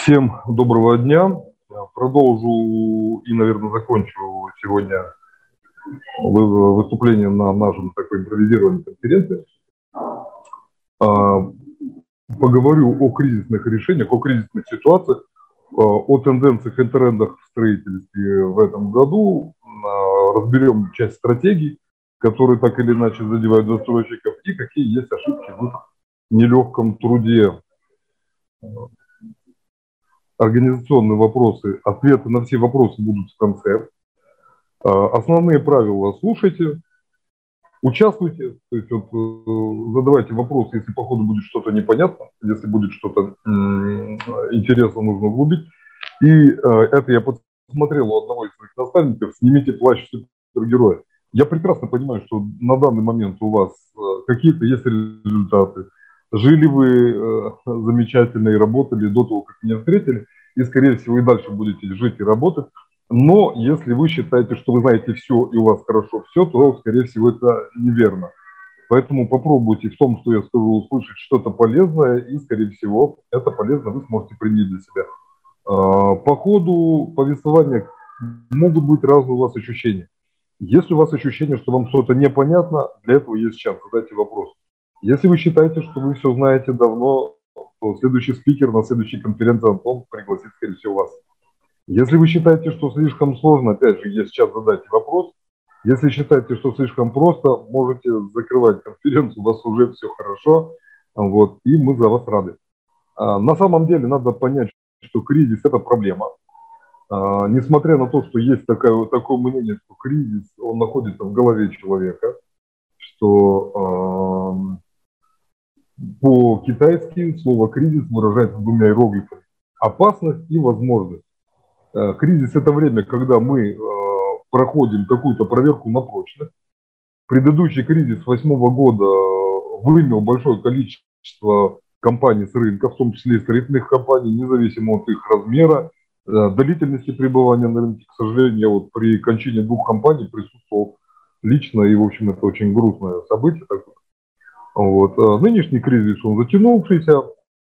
Всем доброго дня. Продолжу и, наверное, закончу сегодня выступление на нашем такой импровизированной конференции. Поговорю о кризисных решениях, о кризисных ситуациях, о тенденциях и трендах в строительстве в этом году. Разберем часть стратегий, которые так или иначе задевают застройщиков, и какие есть ошибки в их нелегком труде. Организационные вопросы, ответы на все вопросы будут в конце. Основные правила слушайте, участвуйте, то есть задавайте вопросы, если по ходу будет что-то непонятно, если будет что-то интересно, нужно углубить. И это я посмотрел у одного из своих наставников: снимите плащ супергероя. Я прекрасно понимаю, что на данный момент у вас какие-то есть результаты. Жили вы замечательно и работали до того, как меня встретили, и, скорее всего, и дальше будете жить и работать. Но если вы считаете, что вы знаете все и у вас хорошо все, то, скорее всего, это неверно. Поэтому попробуйте в том, что я скажу, услышать что-то полезное, и, скорее всего, это полезно вы сможете применить для себя. По ходу повествования могут быть разные у вас ощущения. Если у вас ощущение, что вам что-то непонятно, для этого есть шанс, задайте вопрос. Если вы считаете, что вы все знаете давно, то следующий спикер на следующей конференции Антон пригласит, скорее всего, вас. Если вы считаете, что слишком сложно, опять же, есть час, задайте вопрос. Если считаете, что слишком просто, можете закрывать конференцию, у вас уже все хорошо, вот, и мы за вас рады. На самом деле надо понять, что кризис – это проблема. Несмотря на то, что есть такое мнение, что кризис, он находится в голове человека, что по-китайски слово «кризис» выражается двумя иероглифами: опасность и возможность. Кризис – это время, когда мы проходим какую-то проверку на прочность. Предыдущий кризис 2008 года вымел большое количество компаний с рынка, в том числе и строительных компаний, независимо от их размера, длительности пребывания на рынке. К сожалению, я вот при кончине 2 компаний присутствовал лично, и, в общем, это очень грустное событие такое. Вот. Нынешний кризис, он затянувшийся,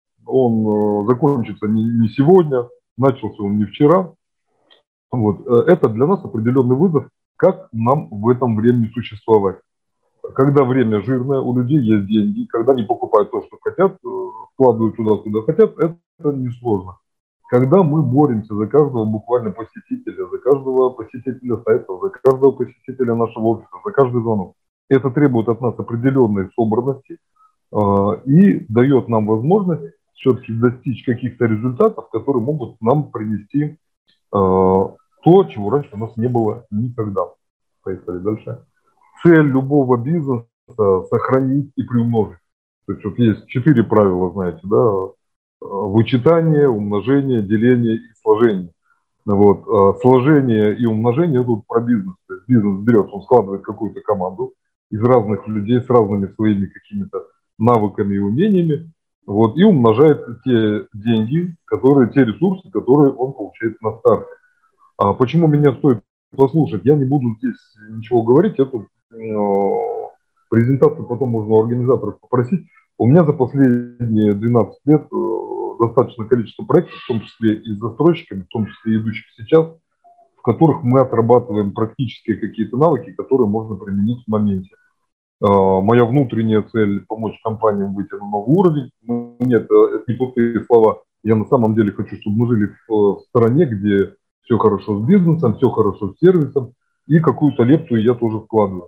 он закончится не сегодня, начался он не вчера. Вот. Это для нас определенный вызов, как нам в этом времени существовать. Когда время жирное, у людей есть деньги, когда они покупают то, что хотят, вкладывают туда, куда хотят, это несложно. Когда мы боремся за каждого буквально посетителя, за каждого посетителя сайта, за каждого посетителя нашего офиса, за каждый звонок, это требует от нас определенной собранности и дает нам возможность все-таки достичь каких-то результатов, которые могут нам принести то, чего раньше у нас не было никогда. Поехали дальше. Цель любого бизнеса – сохранить и приумножить. То есть вот есть 4 правила, знаете, да? Вычитание, умножение, деление и сложение. Вот. Сложение и умножение – это про бизнес. То есть бизнес берет, он складывает какую-то команду из разных людей с разными своими какими-то навыками и умениями, вот, и умножает те деньги, те ресурсы, которые он получает на старте. Почему меня стоит послушать? Я не буду здесь ничего говорить, эту презентацию потом можно у организаторов попросить. У меня за последние 12 лет достаточное количество проектов, в том числе и с застройщиками, в том числе и идущих сейчас, в которых мы отрабатываем практические какие-то навыки, которые можно применить в моменте. Моя внутренняя цель – помочь компаниям выйти на новый уровень. Нет, это не пустые слова. Я на самом деле хочу, чтобы мы жили в стране, где все хорошо с бизнесом, все хорошо с сервисом, и какую-то лепту я тоже вкладываю.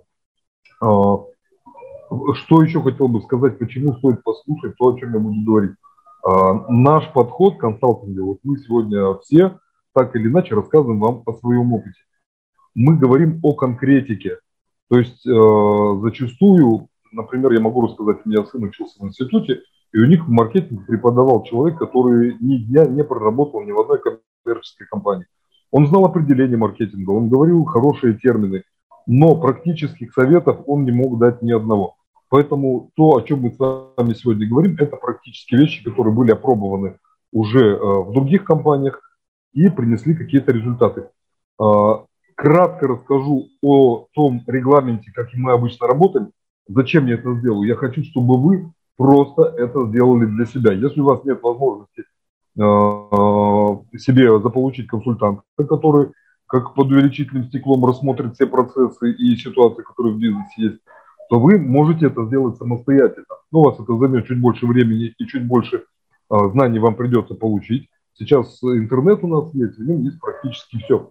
Что еще хотел бы сказать, почему стоит послушать то, о чем я буду говорить. Наш подход к консалтингу, вот мы сегодня все так или иначе рассказываем вам о своем опыте. Мы говорим о конкретике. То есть зачастую, например, я могу рассказать, у меня сын учился в институте, и у них в маркетинге преподавал человек, который ни дня не проработал ни в одной коммерческой компании. Он знал определение маркетинга, он говорил хорошие термины, но практических советов он не мог дать ни одного. Поэтому то, о чем мы с вами сегодня говорим, это практически вещи, которые были опробованы уже в других компаниях и принесли какие-то результаты. Кратко расскажу о том регламенте, как мы обычно работаем. Зачем я это сделаю? Я хочу, чтобы вы просто это сделали для себя. Если у вас нет возможности себе заполучить консультанта, который как под увеличительным стеклом рассмотрит все процессы и ситуации, которые в бизнесе есть, то вы можете это сделать самостоятельно. Но у вас это займет чуть больше времени и чуть больше знаний вам придется получить. Сейчас интернет у нас есть, в нем есть практически все.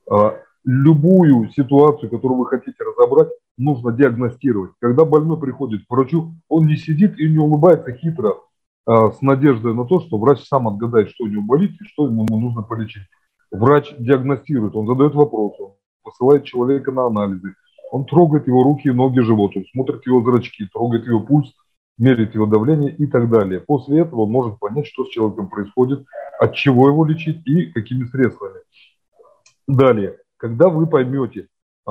Любую ситуацию, которую вы хотите разобрать, нужно диагностировать. Когда больной приходит к врачу, он не сидит и не улыбается хитро, с надеждой на то, что врач сам отгадает, что у него болит и что ему нужно полечить. Врач диагностирует, он задает вопросы, он посылает человека на анализы, он трогает его руки, ноги, живот, он смотрит его зрачки, трогает его пульс, меряет его давление и так далее. После этого он может понять, что с человеком происходит, от чего его лечить и какими средствами. Далее, когда вы поймете,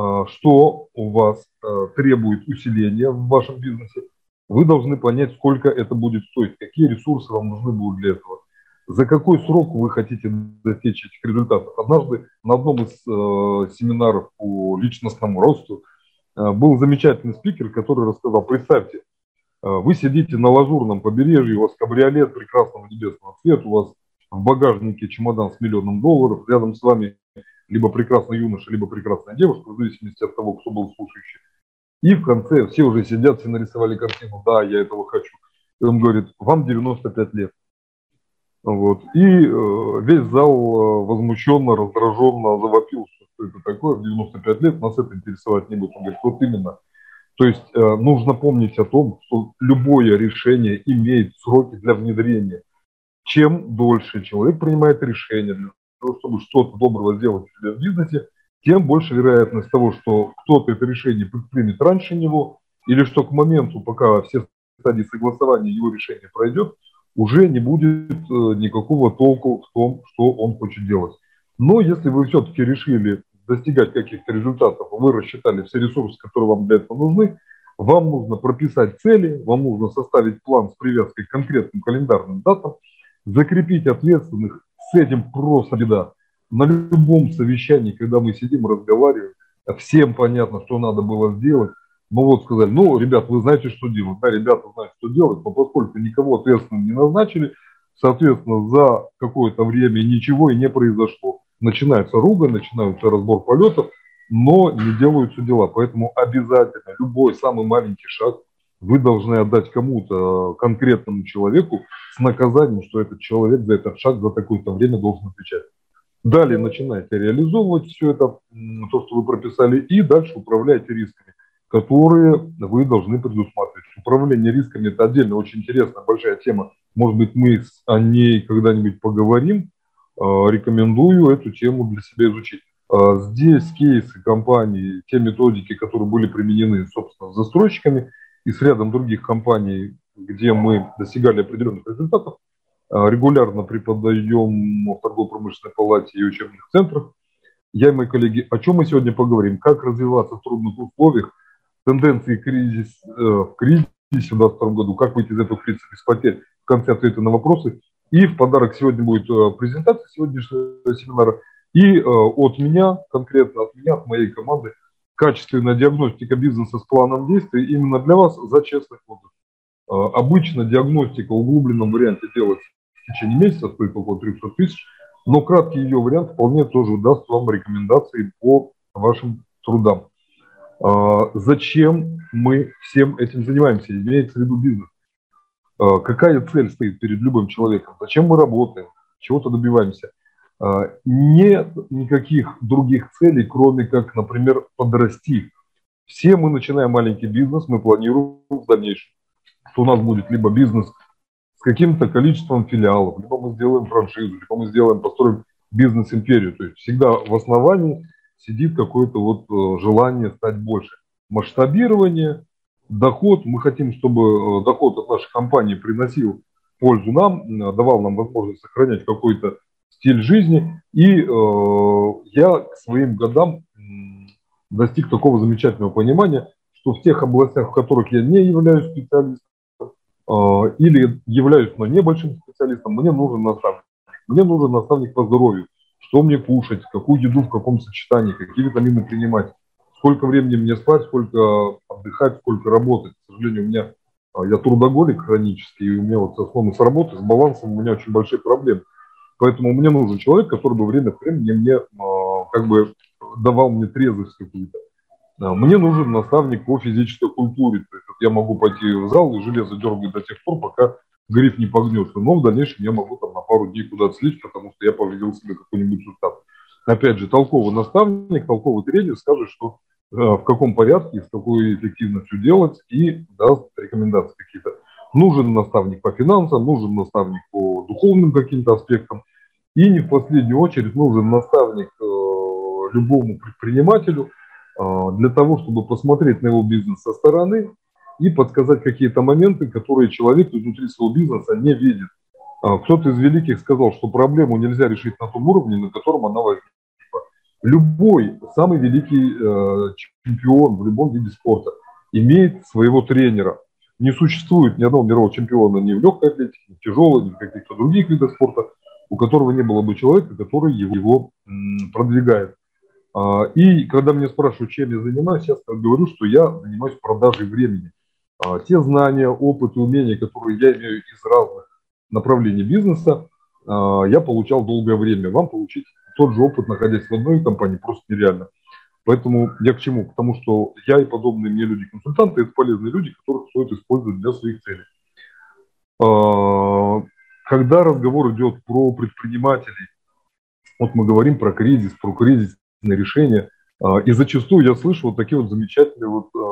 что у вас требует усиления в вашем бизнесе, вы должны понять, сколько это будет стоить, какие ресурсы вам нужны будут для этого, за какой срок вы хотите достичь этих результатов. Однажды на одном из семинаров по личностному росту был замечательный спикер, который рассказал: представьте, вы сидите на Лазурном побережье, у вас кабриолет прекрасного небесного цвета, у вас в багажнике чемодан с $1 миллион, рядом с вами либо прекрасный юноша, либо прекрасная девушка, в зависимости от того, кто был слушающий. И в конце все уже сидят, все нарисовали картину: да, я этого хочу. И он говорит: вам 95 лет. Вот. И весь зал возмущенно, раздраженно завопил, что это такое, в 95 лет нас это интересовать не будет. Он говорит: вот именно. То есть нужно помнить о том, что любое решение имеет сроки для внедрения. Чем дольше человек принимает решение для того, чтобы что-то доброго сделать у себя в бизнесе, тем больше вероятность того, что кто-то это решение предпримет раньше него, или что к моменту, пока все стадии согласования его решения пройдет, уже не будет никакого толку в том, что он хочет делать. Но если вы все-таки решили достигать каких-то результатов, вы рассчитали все ресурсы, которые вам для этого нужны, вам нужно прописать цели, вам нужно составить план с привязкой к конкретным календарным датам, закрепить ответственных. С этим просто беда. На любом совещании, когда мы сидим, разговариваем, всем понятно, что надо было сделать. Ну вот сказали: ну, ребят, вы знаете, что делать. Да, ребята знают, что делать, но поскольку никого ответственным не назначили, соответственно, за какое-то время ничего и не произошло. Начинается ругань, начинается разбор полетов, но не делаются дела. Поэтому обязательно любой самый маленький шаг вы должны отдать кому-то, конкретному человеку, с наказанием, что этот человек за этот шаг за такое-то время должен отвечать. Далее начинаете реализовывать все это, то, что вы прописали, и дальше управляете рисками, которые вы должны предусматривать. Управление рисками – это отдельно очень интересная, большая тема. Может быть, мы о ней когда-нибудь поговорим. Рекомендую эту тему для себя изучить. Здесь кейсы компаний, те методики, которые были применены, собственно, с застройщиками и с рядом других компаний, где мы достигали определенных результатов, регулярно преподаем в торгово-промышленной палате и учебных центрах. Я и мои коллеги, о чем мы сегодня поговорим? Как развиваться в трудных условиях, тенденции в кризисе в 2022 году, как выйти из этого кризиса без потерь, в конце ответа на вопросы. И в подарок сегодня будет презентация сегодняшнего семинара. И от меня, конкретно от меня, от моей команды, качественная диагностика бизнеса с планом действий именно для вас за честный отзыв. Обычно диагностика в углубленном варианте делается в течение месяца, стоит около 300 тысяч, но краткий ее вариант вполне тоже даст вам рекомендации по вашим трудам. Зачем мы всем этим занимаемся? Имеется в виду бизнес. Какая цель стоит перед любым человеком? Зачем мы работаем? Чего-то добиваемся? Нет никаких других целей, кроме как, например, подрасти. Все мы начинаем маленький бизнес, мы планируем в дальнейшем, что у нас будет либо бизнес с каким-то количеством филиалов, либо мы сделаем франшизу, либо мы построим бизнес-империю. То есть всегда в основании сидит какое-то вот желание стать больше. Масштабирование, доход. Мы хотим, чтобы доход от нашей компании приносил пользу нам, давал нам возможность сохранять какой-то стиль жизни. И я к своим годам достиг такого замечательного понимания, что в тех областях, в которых я не являюсь специалистом, или являюсь, но небольшим специалистом, мне нужен наставник. Мне нужен наставник по здоровью. Что мне кушать, какую еду, в каком сочетании, какие витамины принимать, сколько времени мне спать, сколько отдыхать, сколько работать. К сожалению, я трудоголик хронический, и у меня вот с работы, с балансом у меня очень большие проблемы. Поэтому мне нужен человек, который бы время от времени мне как бы давал мне трезвость какую-то. Мне нужен наставник по физической культуре. То есть я могу пойти в зал и железо дергать до тех пор, пока гриф не погнется. Но в дальнейшем я могу там на пару дней куда-то слить, потому что я повредил себе какой-нибудь сустав. Опять же, толковый наставник, толковый тренер скажет, что в каком порядке и с какой эффективностью делать, и даст рекомендации какие-то. Нужен наставник по финансам, нужен наставник по духовным каким-то аспектам. И не в последнюю очередь нужен наставник любому предпринимателю для того, чтобы посмотреть на его бизнес со стороны и подсказать какие-то моменты, которые человек изнутри своего бизнеса не видит. Кто-то из великих сказал, что проблему нельзя решить на том уровне, на котором она возникла. Любой самый великий чемпион в любом виде спорта имеет своего тренера. Не существует ни одного мирового чемпиона ни в легкой атлетике, ни в тяжелой, ни в каких-то других видах спорта, у которого не было бы человека, который его продвигает. И когда меня спрашивают, чем я занимаюсь, я говорю, что я занимаюсь продажей времени. Те знания, опыт и умения, которые я имею из разных направлений бизнеса, я получал долгое время. Вам получить тот же опыт, находясь в одной компании, просто нереально. Поэтому я к чему? К тому, что я и подобные мне люди-консультанты – это полезные люди, которых стоит использовать для своих целей. Когда разговор идет про предпринимателей, вот мы говорим про кризисные решения, и зачастую я слышу вот такие вот замечательные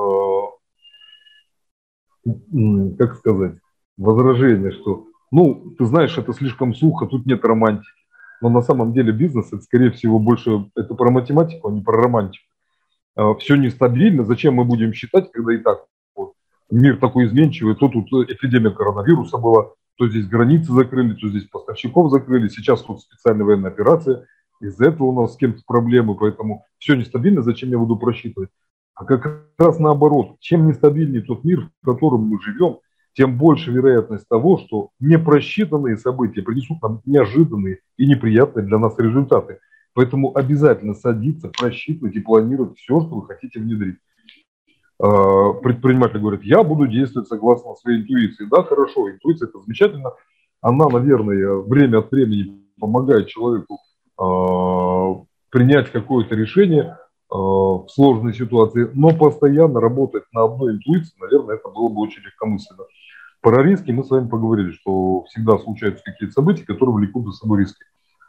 как сказать, возражения, что, ну, ты знаешь, это слишком сухо, тут нет романтики. Но на самом деле бизнес, это, скорее всего, больше это про математику, а не про романтику. Все нестабильно. Зачем мы будем считать, когда и так вот, мир такой изменчивый, то тут эпидемия коронавируса была, то здесь границы закрыли, то здесь поставщиков закрыли, сейчас вот специальная военная операция, из-за этого у нас с кем-то проблемы, поэтому все нестабильно, зачем я буду просчитывать? А как раз наоборот, чем нестабильнее тот мир, в котором мы живем, тем больше вероятность того, что непросчитанные события принесут нам неожиданные и неприятные для нас результаты. Поэтому обязательно садиться, просчитывать и планировать все, что вы хотите внедрить. Предприниматель говорит, я буду действовать согласно своей интуиции. Да, хорошо, интуиция – это замечательно. Она, наверное, время от времени помогает человеку принять какое-то решение в сложной ситуации, но постоянно работать на одной интуиции, наверное, это было бы очень легкомысленно. Про риски мы с вами поговорили, что всегда случаются какие-то события, которые влекут за собой риски.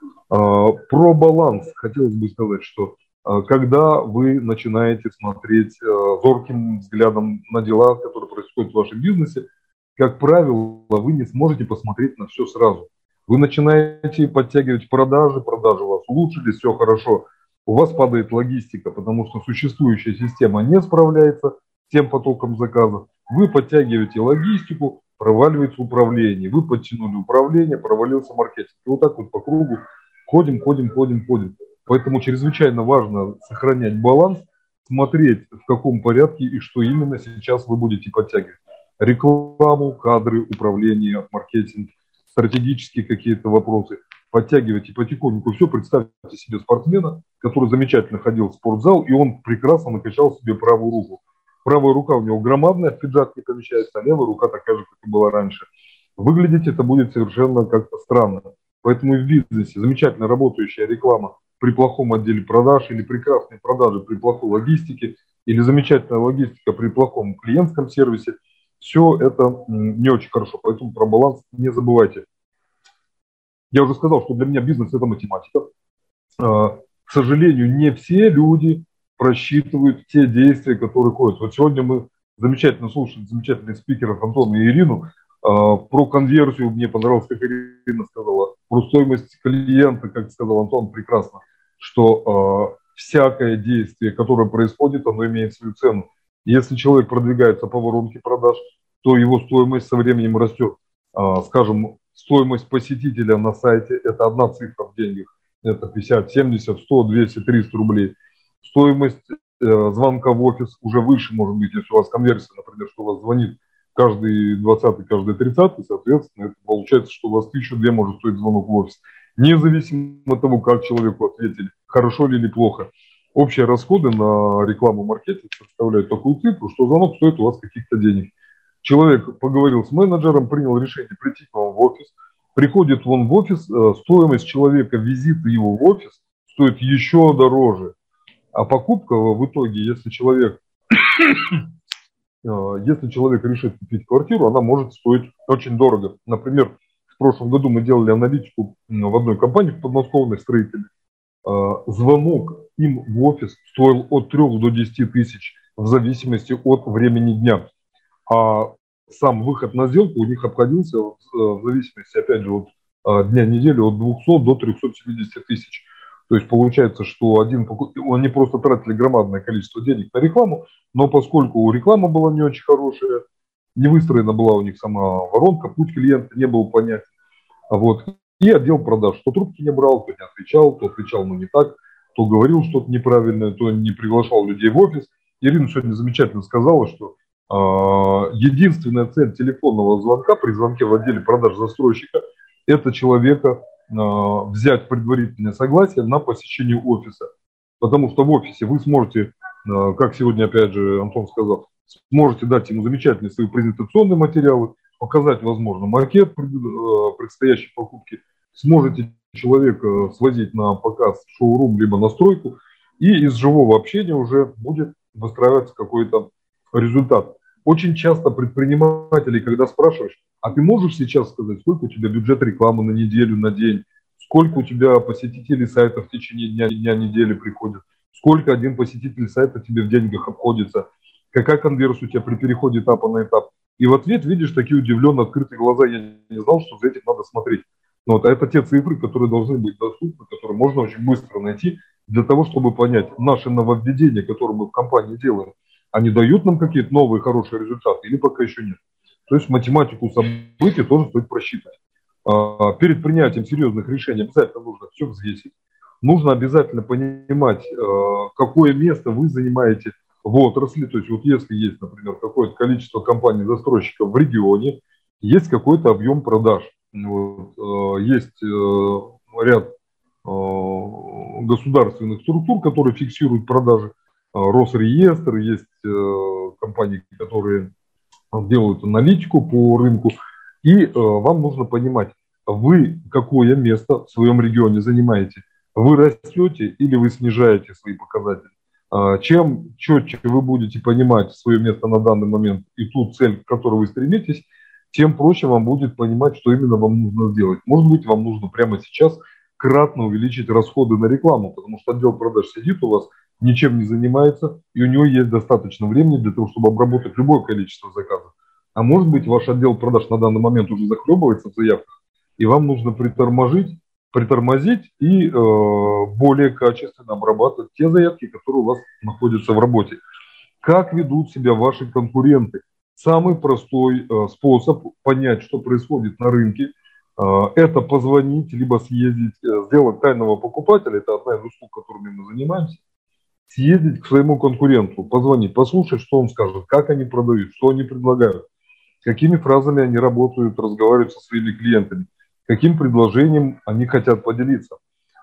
Про баланс хотелось бы сказать, что когда вы начинаете смотреть зорким взглядом на дела, которые происходят в вашем бизнесе, как правило, вы не сможете посмотреть на все сразу. Вы начинаете подтягивать продажи у вас улучшились, все хорошо. У вас падает логистика, потому что существующая система не справляется с тем потоком заказов. Вы подтягиваете логистику, проваливается управление. Вы подтянули управление, провалился маркетинг. И вот так вот по кругу ходим. Поэтому чрезвычайно важно сохранять баланс, смотреть, в каком порядке и что именно сейчас вы будете подтягивать. Рекламу, кадры, управление, маркетинг, стратегические какие-то вопросы. Подтягивайте потихоньку все. Представьте себе спортсмена, который замечательно ходил в спортзал, и он прекрасно накачал себе правую руку. Правая рука у него громадная, в пиджак не помещается, а левая рука такая же, как и была раньше. Выглядеть это будет совершенно как-то странно. Поэтому и в бизнесе замечательно работающая реклама при плохом отделе продаж, или прекрасные продажи при плохой логистике, или замечательная логистика при плохом клиентском сервисе, все это не очень хорошо. Поэтому про баланс не забывайте. Я уже сказал, что для меня бизнес – это математика. К сожалению, не все люди просчитывают те действия, которые ходят. Вот сегодня мы замечательно слушали замечательных спикеров Антона и Ирину. Про конверсию мне понравилось, как Ирина сказала. Про стоимость клиента, как сказал Антон, прекрасно, что всякое действие, которое происходит, оно имеет свою цену. Если человек продвигается по воронке продаж, то его стоимость со временем растет. Скажем, стоимость посетителя на сайте – это одна цифра в деньгах. Это 50, 70, 100, 200, 300 рублей. Стоимость звонка в офис уже выше, может быть, если у вас конверсия, например, что у вас звонит каждый 20-й, каждый 30-й, соответственно, это получается, что у вас 1002 может стоить звонок в офис. Независимо от того, как человеку ответили, хорошо ли или плохо. Общие расходы на рекламу, маркетинг составляют такую цифру, что звонок стоит у вас каких-то денег. Человек поговорил с менеджером, принял решение прийти к вам в офис, Приходит он в офис, стоимость человека, визита его в офис стоит еще дороже. А покупка в итоге, если человек решит купить квартиру, она может стоить очень дорого. Например, в прошлом году мы делали аналитику в одной компании в подмосковной строительной. Звонок им в офис стоил от 3 до 10 тысяч в зависимости от времени дня. А сам выход на сделку у них обходился в зависимости, опять же, от дня недели от 200 до 370 тысяч. То есть получается, что они просто тратили громадное количество денег на рекламу, но поскольку реклама была не очень хорошая, не выстроена была у них сама воронка, путь клиента не был понятен. Вот. И отдел продаж то трубки не брал, то не отвечал, но не так, то говорил что-то неправильное, то не приглашал людей в офис. Ирина сегодня замечательно сказала, что единственная цель телефонного звонка при звонке в отделе продаж застройщика – это человека взять предварительное согласие на посещение офиса. Потому что в офисе вы сможете, как сегодня опять же Антон сказал, сможете дать ему замечательные свои презентационные материалы, показать, возможно, макет предстоящей покупки, сможете человека свозить на показ в шоурум либо на стройку, и из живого общения уже будет выстраиваться какой-то результат. Очень часто предприниматели, когда спрашиваешь, а ты можешь сейчас сказать, сколько у тебя бюджет рекламы на неделю, на день, сколько у тебя посетителей сайта в течение дня недели приходит, сколько один посетитель сайта тебе в деньгах обходится, какая конверсия у тебя при переходе этапа на этап. И в ответ видишь такие удивленно открытые глаза, я не знал, что за этим надо смотреть. Но вот, это те цифры, которые должны быть доступны, которые можно очень быстро найти для того, чтобы понять, наши нововведения, которые мы в компании делаем, они дают нам какие-то новые хорошие результаты или пока еще нет. То есть математику событий тоже стоит просчитывать. Перед принятием серьезных решений обязательно нужно все взвесить. Нужно обязательно понимать, какое место вы занимаете в отрасли. То есть вот если есть, например, какое-то количество компаний-застройщиков в регионе, есть какой-то объем продаж. Вот, есть ряд государственных структур, которые фиксируют продажи. Росреестр, есть компании, которые делают аналитику по рынку. И вам нужно понимать, вы какое место в своем регионе занимаете. Вы растете или вы снижаете свои показатели. Чем четче вы будете понимать свое место на данный момент и ту цель, к которой вы стремитесь, тем проще вам будет понимать, что именно вам нужно сделать. Может быть, вам нужно прямо сейчас кратно увеличить расходы на рекламу, потому что отдел продаж сидит у вас, ничем не занимается, и у него есть достаточно времени для того, чтобы обработать любое количество заказов. А может быть, ваш отдел продаж на данный момент уже захлебывается в заявках, и вам нужно притормозить и более качественно обрабатывать те заявки, которые у вас находятся в работе. Как ведут себя ваши конкуренты? Самый простой способ понять, что происходит на рынке, это позвонить, либо съездить, сделать тайного покупателя, это одна из услуг, которыми мы занимаемся, съездить к своему конкуренту, позвонить, послушать, что он скажет, как они продают, что они предлагают, какими фразами они работают, разговаривают со своими клиентами, каким предложением они хотят поделиться.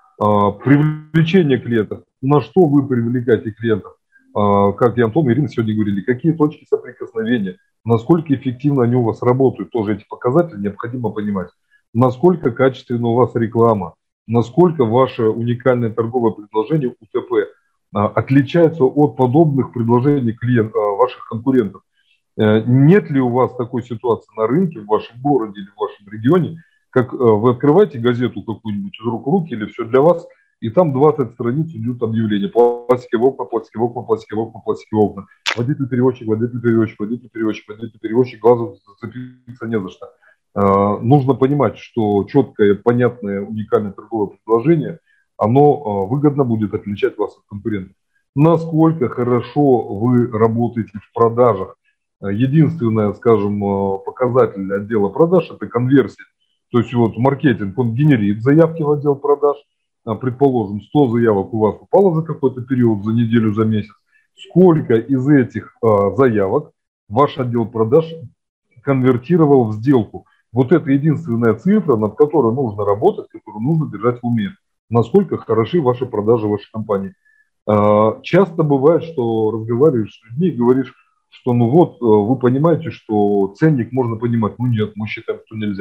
Привлечение клиентов, на что вы привлекаете клиентов, как и Антон и Ирина сегодня говорили, какие точки соприкосновения, насколько эффективно они у вас работают, тоже эти показатели необходимо понимать, насколько качественно у вас реклама, насколько ваше уникальное торговое предложение УТП отличается от подобных предложений ваших конкурентов. Нет ли у вас такой ситуации на рынке, в вашем городе или в вашем регионе, как вы открываете газету какую-нибудь из рук в руки или все для вас, и там 20 страниц идут объявления. Пластиковые окна, пластиковые окна, пластиковые окна, пластиковые окна. Водитель-перевозчик, водитель-перевозчик, водитель-перевозчик, водитель-перевозчик, глазом зацепиться не за что. Нужно понимать, что четкое, понятное, уникальное торговое предложение, оно выгодно будет отличать вас от конкурентов. Насколько хорошо вы работаете в продажах. Единственное, скажем, показатель отдела продаж – это конверсия. То есть вот маркетинг, он генерит заявки в отдел продаж. Предположим, 100 заявок у вас упало за какой-то период, за неделю, за месяц. Сколько из этих заявок ваш отдел продаж конвертировал в сделку? Вот это единственная цифра, над которой нужно работать, которую нужно держать в уме. Насколько хороши ваши продажи в вашей компании. Часто бывает, что разговариваешь с людьми и говоришь, что ну вот, вы понимаете, что ценник можно понимать. Ну нет, мы считаем, что нельзя.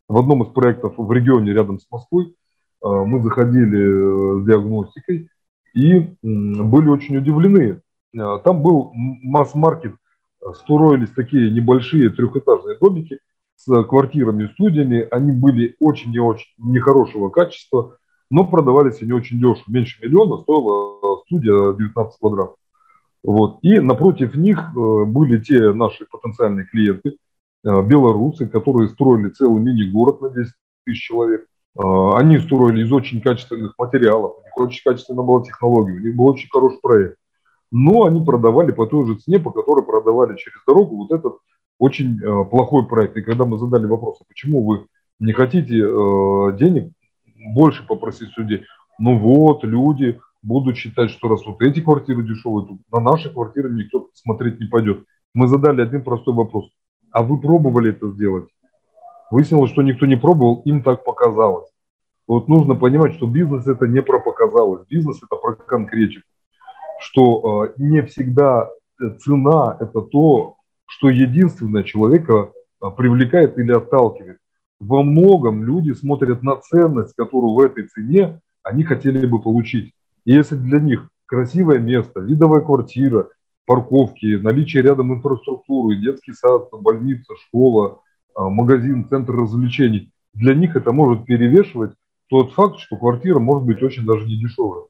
В одном из проектов в регионе рядом с Москвой мы заходили с диагностикой и были очень удивлены. Там был масс-маркет, строились такие небольшие трехэтажные домики с квартирами и студиями. Они были очень и очень нехорошего качества, но продавались они очень дешево. Меньше миллиона стоила студия 19 квадратов. Вот. И напротив них были те наши потенциальные клиенты, белорусы, которые строили целый мини-город на 10 тысяч человек. Они строили из очень качественных материалов, у них очень качественная была технология, у них был очень хороший проект. Но они продавали по той же цене, по которой продавали через дорогу вот этот очень плохой проект. И когда мы задали вопрос, почему вы не хотите денег больше попросить судей, ну вот, люди будут считать, что раз вот эти квартиры дешевые, то на наши квартиры никто смотреть не пойдет. Мы задали один простой вопрос. А вы пробовали это сделать? Выяснилось, что никто не пробовал, им так показалось. Вот нужно понимать, что бизнес это не про показалось, бизнес это про конкретику. Что не всегда цена это то, что единственное человека привлекает или отталкивает. Во многом люди смотрят на ценность, которую в этой цене они хотели бы получить. И если для них красивое место, видовая квартира, парковки, наличие рядом инфраструктуры, детский сад, больница, школа, магазин, центр развлечений, для них это может перевешивать тот факт, что квартира может быть очень даже не дешевая.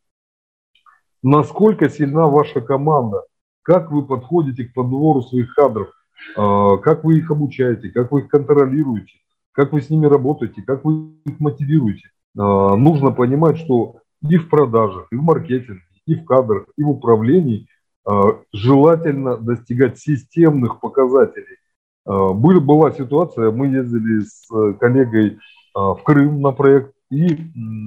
Насколько сильна ваша команда, как вы подходите к подбору своих кадров, как вы их обучаете, как вы их контролируете, как вы с ними работаете, как вы их мотивируете. Нужно понимать, что и в продажах, и в маркетинге, и в кадрах, и в управлении желательно достигать системных показателей. Была ситуация, мы ездили с коллегой в Крым на проект и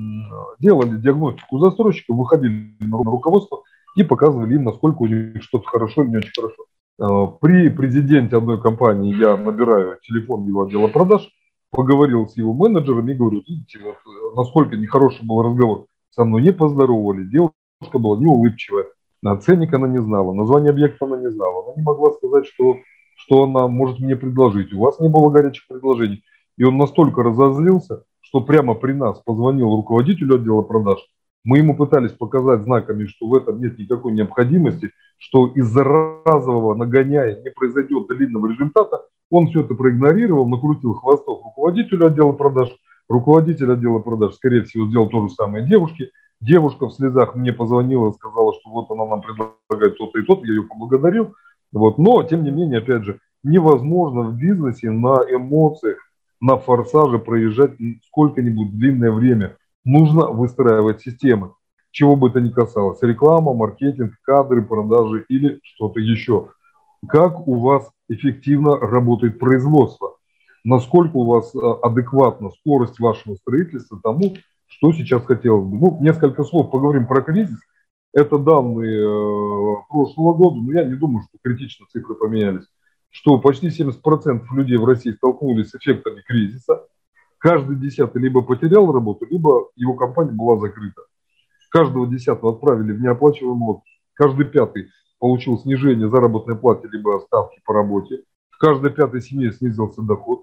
делали диагностику застройщиков, выходили на руководство и показывали им, насколько у них что-то хорошо или не очень хорошо. При президенте одной компании я набираю телефон его отдела продаж, поговорил с его менеджером и говорю, видите, вот, насколько нехороший был разговор. Со мной не поздоровались, девушка была неулыбчивая, ценник она не знала, название объекта она не знала, она не могла сказать, что она может мне предложить. У вас не было горячих предложений. И он настолько разозлился, что прямо при нас позвонил руководителю отдела продаж. Мы ему пытались показать знаками, что в этом нет никакой необходимости, что из-за разового нагоняя не произойдет длинного результата. Он все это проигнорировал, накрутил хвостов руководителю отдела продаж. Руководитель отдела продаж, скорее всего, сделал то же самое девушке. Девушка в слезах мне позвонила и сказала, что вот она нам предлагает то-то и то-то. Я ее поблагодарил. Вот. Но, тем не менее, опять же, невозможно в бизнесе на эмоциях, на форсаже проезжать сколько-нибудь длинное время. Нужно выстраивать системы, чего бы это ни касалось. Реклама, маркетинг, кадры, продажи или что-то еще. Как у вас эффективно работает производство? Насколько у вас адекватна скорость вашего строительства тому, что сейчас хотелось бы. Ну, несколько слов поговорим про кризис. Это данные прошлого года, но я не думаю, что критично цифры поменялись. Что почти 70% людей в России столкнулись с эффектами кризиса. Каждый десятый либо потерял работу, либо его компания была закрыта. Каждого десятого отправили в неоплачиваемый отпуск. Каждый пятый получил снижение заработной платы либо ставки по работе. В каждой пятой семье снизился доход.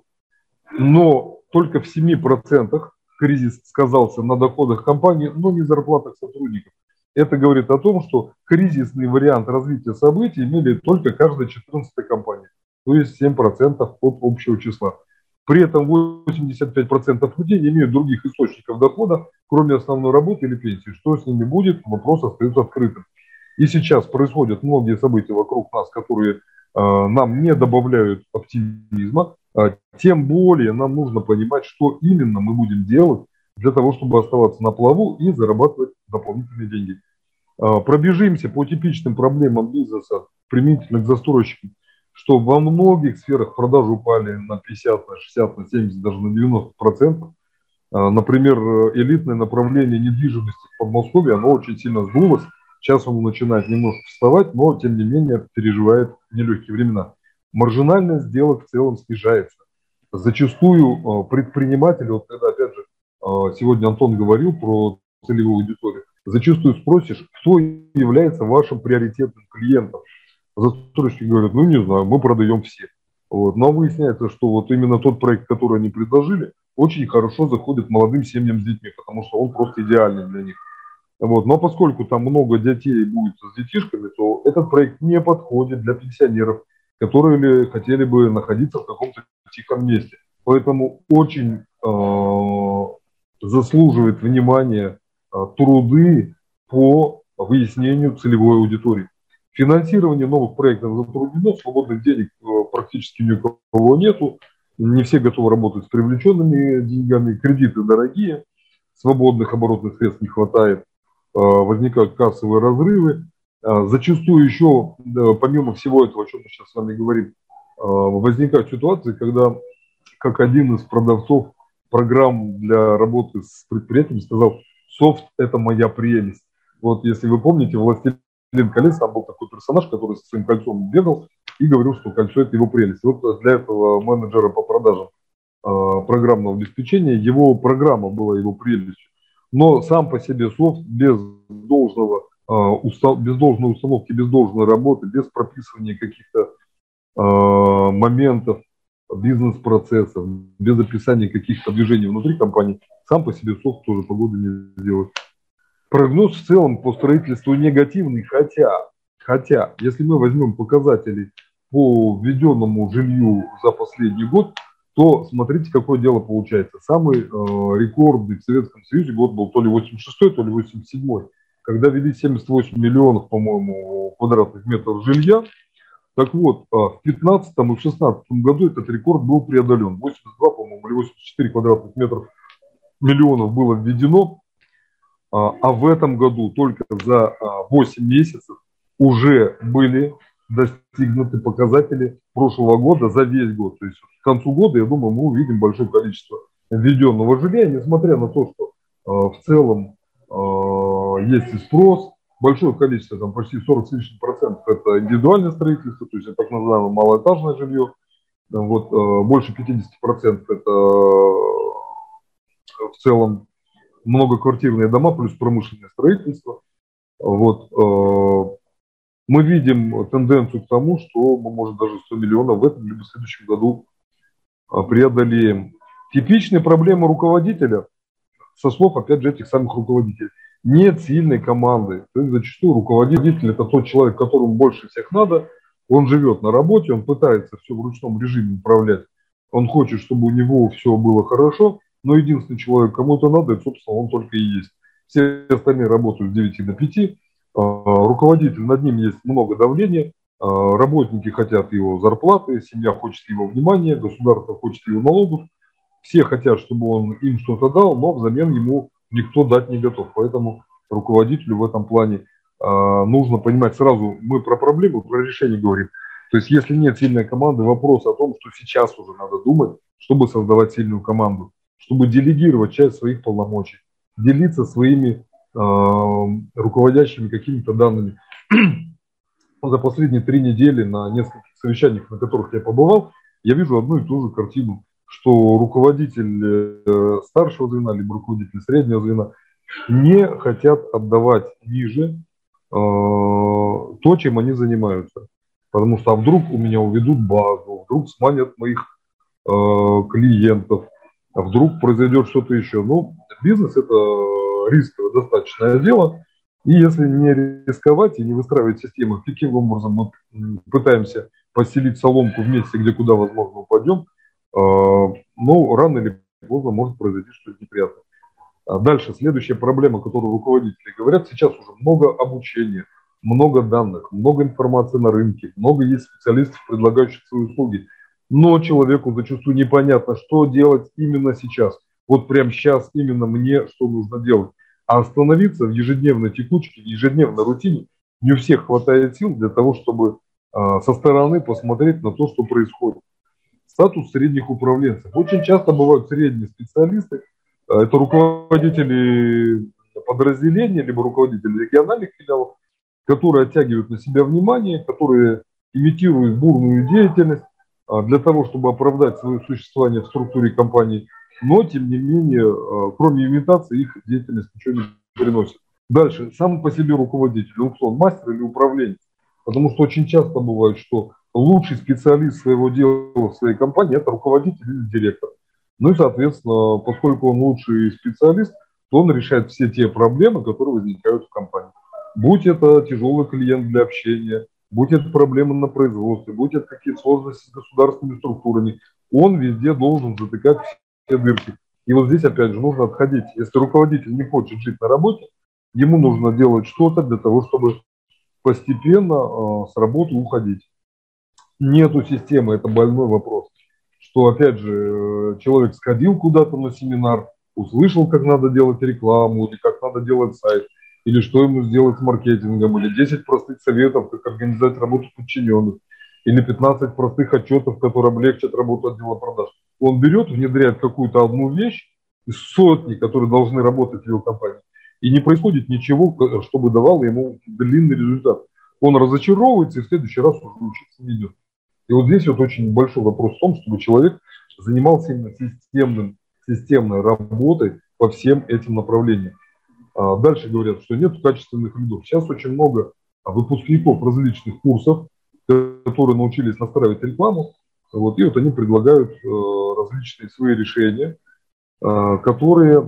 Но только в 7% кризис сказался на доходах компании, но не зарплатах сотрудников. Это говорит о том, что кризисный вариант развития событий имели только каждая 14-я компания, то есть 7% от общего числа. При этом 85% людей не имеют других источников дохода, кроме основной работы или пенсии. Что с ними будет, вопрос остается открытым. И сейчас происходят многие события вокруг нас, которые нам не добавляют оптимизма. Тем более нам нужно понимать, что именно мы будем делать для того, чтобы оставаться на плаву и зарабатывать дополнительные деньги. Пробежимся по типичным проблемам бизнеса, применительно к застройщикам, что во многих сферах продажи упали на 50, на 60, на 70, даже на 90%. Например, элитное направление недвижимости в Подмосковье, оно очень сильно сдулось. Сейчас оно начинает немножко вставать, но тем не менее переживает нелегкие времена. Маржинальность сделок в целом снижается. Зачастую предприниматели, вот когда опять же сегодня Антон говорил про целевую аудиторию, зачастую спросишь, кто является вашим приоритетным клиентом. Застройщики говорят, ну не знаю, мы продаем все. Вот. Но выясняется, что вот именно тот проект, который они предложили, очень хорошо заходит молодым семьям с детьми, потому что он просто идеальный для них. Вот. Но поскольку там много детей будет с детишками, то этот проект не подходит для пенсионеров, которые хотели бы находиться в каком-то тихом месте. Поэтому очень заслуживает внимания труды по выяснению целевой аудитории. Финансирование новых проектов затруднено, свободных денег практически ни у кого нету, не все готовы работать с привлеченными деньгами, кредиты дорогие, свободных оборотных средств не хватает, возникают кассовые разрывы. Зачастую еще, помимо всего этого, о чем мы сейчас с вами говорим, возникают ситуации, когда, как один из продавцов программ для работы с предприятием сказал: софт – это моя прелесть. Вот если вы помните, «Властелин колец», там был такой персонаж, который со своим кольцом бегал и говорил, что кольцо – это его прелесть. Вот для этого менеджера по продажам программного обеспечения его программа была его прелестью. Но сам по себе софт без должной установки, без должной работы, без прописывания каких-то моментов, бизнес-процессов, без описания каких-то движений внутри компании, сам по себе софт тоже погоды не сделает. Прогноз в целом по строительству негативный, хотя если мы возьмем показатели по введенному жилью за последний год, то смотрите, какое дело получается. Самый рекордный в Советском Союзе год был то ли 86-й, то ли 87-й, когда ввели 78 миллионов, по-моему, квадратных метров жилья. Так вот, в 2015 и 2016 году этот рекорд был преодолен. 82, по-моему, или 84 квадратных метров миллионов было введено, а в этом году только за 8 месяцев уже были достигнуты показатели прошлого года за весь год. То есть к концу года, я думаю, мы увидим большое количество введенного жилья, несмотря на то, что в целом есть и спрос, большое количество, там почти 40 с лишним процентов это индивидуальное строительство, то есть это так называемое малоэтажное жилье, вот, больше 50% это в целом многоквартирные дома плюс промышленное строительство. Вот, мы видим тенденцию к тому, что мы, может, даже 100 миллионов в этом либо в следующем году преодолеем. Типичные проблемы руководителя, со слов, опять же, этих самых руководителей. Нет сильной команды. То есть зачастую руководитель – это тот человек, которому больше всех надо. Он живет на работе, он пытается все в ручном режиме управлять. Он хочет, чтобы у него все было хорошо, но единственный человек, кому это надо, это, собственно, он только и есть. Все остальные работают с 9 до 5. Руководитель, над ним есть много давления. Работники хотят его зарплаты, семья хочет его внимания, государство хочет его налогов. Все хотят, чтобы он им что-то дал, но взамен ему никто дать не готов. Поэтому руководителю в этом плане нужно понимать сразу, мы про проблему, про решение говорим. То есть если нет сильной команды, вопрос о том, что сейчас уже надо думать, чтобы создавать сильную команду, чтобы делегировать часть своих полномочий, делиться своими руководящими какими-то данными. За последние 3 недели на нескольких совещаниях, на которых я побывал, я вижу одну и ту же картину, что руководитель старшего звена, либо руководитель среднего звена не хотят отдавать ниже то, чем они занимаются. Потому что вдруг у меня уведут базу, вдруг сманят моих клиентов, вдруг произойдет что-то еще. Ну, бизнес – это рисковое достаточное дело. И если не рисковать и не выстраивать систему, каким образом мы пытаемся постелить соломку в месте, где куда возможно упадем, но рано или поздно может произойти что-то неприятное. Дальше, следующая проблема, которую руководители говорят, сейчас уже много обучения, много данных, много информации на рынке, много есть специалистов, предлагающих свои услуги, но человеку зачастую непонятно, что делать именно сейчас. Вот прямо сейчас именно мне что нужно делать. А остановиться в ежедневной текучке, в ежедневной рутине не у всех хватает сил для того, чтобы со стороны посмотреть на то, что происходит. Статус средних управленцев. Очень часто бывают средние специалисты, это руководители подразделений, либо руководители региональных филиалов, которые оттягивают на себя внимание, которые имитируют бурную деятельность для того, чтобы оправдать свое существование в структуре компании, но, тем не менее, кроме имитации, их деятельность ничего не приносит. Дальше, сам по себе руководитель, он мастер или управленец, потому что очень часто бывает, что лучший специалист своего дела в своей компании – это руководитель или директор. Ну и, соответственно, поскольку он лучший специалист, то он решает все те проблемы, которые возникают в компании. Будь это тяжелый клиент для общения, будь это проблемы на производстве, будь это какие-то сложности с государственными структурами, он везде должен затыкать все дырки. И вот здесь, опять же, нужно отходить. Если руководитель не хочет жить на работе, ему нужно делать что-то для того, чтобы постепенно с работы уходить. Нету системы, это больной вопрос. Что, опять же, человек сходил куда-то на семинар, услышал, как надо делать рекламу, или как надо делать сайт, или что ему сделать с маркетингом, или 10 простых советов, как организовать работу подчиненных, или 15 простых отчетов, которые облегчат работу отдела продаж. Он берет, внедряет какую-то одну вещь из сотни, которые должны работать в его компании, и не происходит ничего, чтобы давало ему длинный результат. Он разочаровывается и в следующий раз уже учиться не идет. И вот здесь вот очень большой вопрос в том, чтобы человек занимался именно системной работой по всем этим направлениям. Дальше говорят, что нет качественных лидов. Сейчас очень много выпускников различных курсов, которые научились настраивать рекламу, вот, и вот они предлагают различные свои решения, которые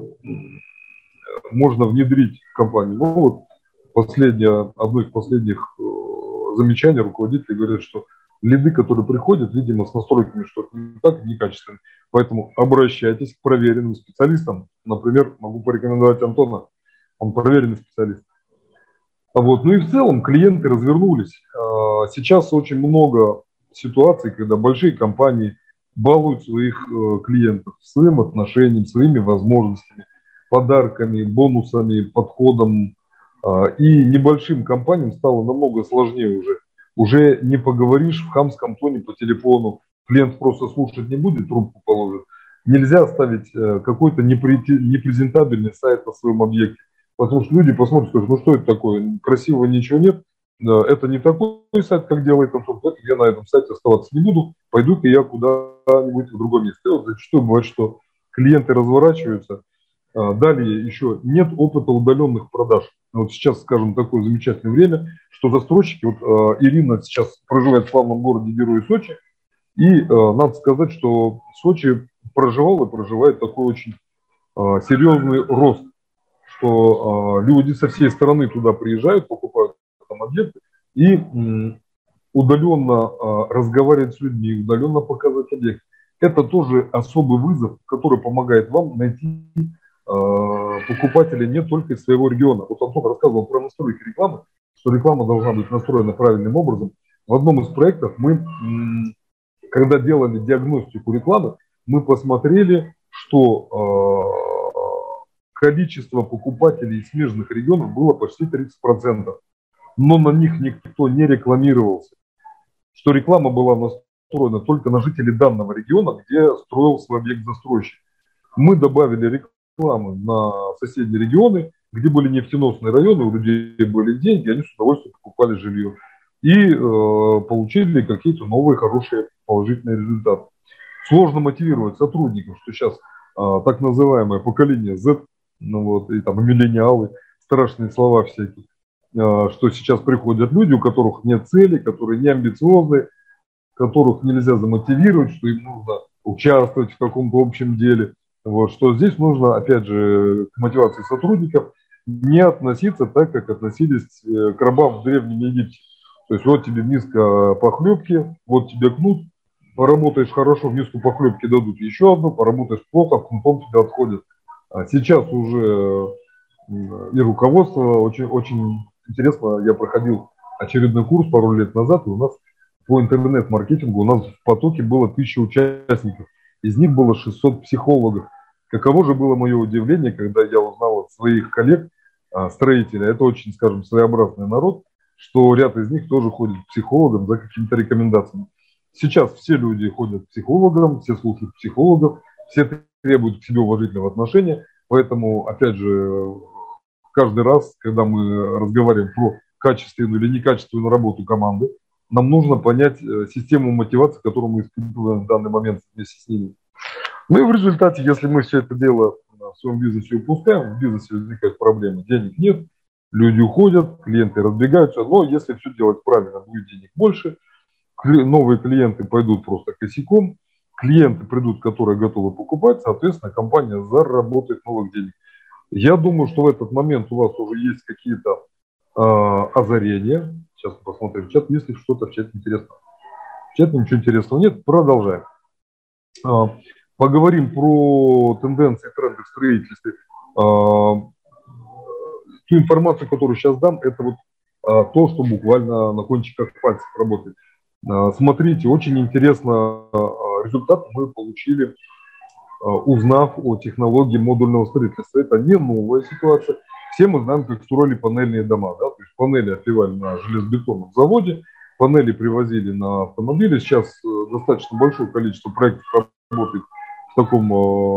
можно внедрить в компанию. Ну вот одно из последних замечаний руководителей говорят, что лиды, которые приходят, видимо, с настройками что-то не так, некачественно. Поэтому обращайтесь к проверенным специалистам. Например, могу порекомендовать Антона. Он проверенный специалист. Вот. Ну и в целом клиенты развернулись. Сейчас очень много ситуаций, когда большие компании балуют своих клиентов своим отношением, своими возможностями, подарками, бонусами, подходом. И небольшим компаниям стало намного сложнее уже. Уже не поговоришь в хамском тоне по телефону, клиент просто слушать не будет, трубку положит. Нельзя ставить какой-то непрезентабельный сайт на своем объекте, потому что люди посмотрят, скажут, ну что это такое, красивого ничего нет, это не такой сайт, как делает Антон, поэтому я на этом сайте оставаться не буду, пойду-ка я куда-нибудь в другое место. И вот зачастую бывает, что клиенты разворачиваются. Далее еще нет опыта удаленных продаж. Вот сейчас, скажем, такое замечательное время, что застройщики, вот Ирина сейчас проживает в славном городе Герой Сочи, и надо сказать, что Сочи проживал и проживает такой очень серьезный рост, что люди со всей страны туда приезжают, покупают там объекты и удаленно разговаривать с людьми, удаленно показывать объект. Это тоже особый вызов, который помогает вам найти покупателей не только из своего региона. Вот Антон рассказывал про настройки рекламы, что реклама должна быть настроена правильным образом. В одном из проектов мы, когда делали диагностику рекламы, мы посмотрели, что количество покупателей из смежных регионов было почти 30%, но на них никто не рекламировался, что реклама была настроена только на жителей данного региона, где строил свой объект застройщик. Мы добавили рекламу на соседние регионы, где были нефтеносные районы, у людей были деньги, они с удовольствием покупали жилье. И получили какие-то новые, хорошие, положительные результаты. Сложно мотивировать сотрудников, что сейчас так называемое поколение Z, ну вот, и там миллениалы, страшные слова всякие, что сейчас приходят люди, у которых нет цели, которые не амбициозны, которых нельзя замотивировать, что им нужно участвовать в каком-то общем деле. Вот, что здесь нужно, опять же, к мотивации сотрудников не относиться так, как относились к рабам в Древнем Египте. То есть вот тебе миска похлебки, вот тебе кнут, поработаешь хорошо, в миску похлебки дадут еще одну, поработаешь плохо, кнутом тебя отходят. А сейчас уже и руководство, очень интересно, я проходил очередной курс пару лет назад, и у нас по интернет-маркетингу у нас в потоке было 1000 участников, из них было 600 психологов. Каково же было мое удивление, когда я узнал от своих коллег, строителей, это очень, скажем, своеобразный народ, что ряд из них тоже ходит к психологам за какими-то рекомендациями. Сейчас все люди ходят к психологам, все слушают психологов, все требуют к себе уважительного отношения, поэтому, опять же, каждый раз, когда мы разговариваем про качественную или некачественную работу команды, нам нужно понять систему мотивации, которую мы испытываем в данный момент вместе с ними. Ну и в результате, если мы все это дело в своем бизнесе упускаем, в бизнесе возникают проблемы, денег нет, люди уходят, клиенты разбегаются, но если все делать правильно, будет денег больше, новые клиенты пойдут просто косяком, клиенты придут, которые готовы покупать, соответственно, компания заработает новых денег. Я думаю, что в этот момент у вас уже есть какие-то озарения. Сейчас посмотрим в чат, если что-то в чате интересного. В чате ничего интересного нет, продолжаем. Поговорим про тенденции, тренды в строительстве. Ту информацию, которую сейчас дам, это вот то, что буквально на кончиках пальцев работает. Смотрите, очень интересно результат мы получили, узнав о технологии модульного строительства. Это не новая ситуация. Все мы знаем, как строили панельные дома. Да? То есть панели отливали на железобетонном заводе, панели привозили на автомобили. Сейчас достаточно большое количество проектов работает в таком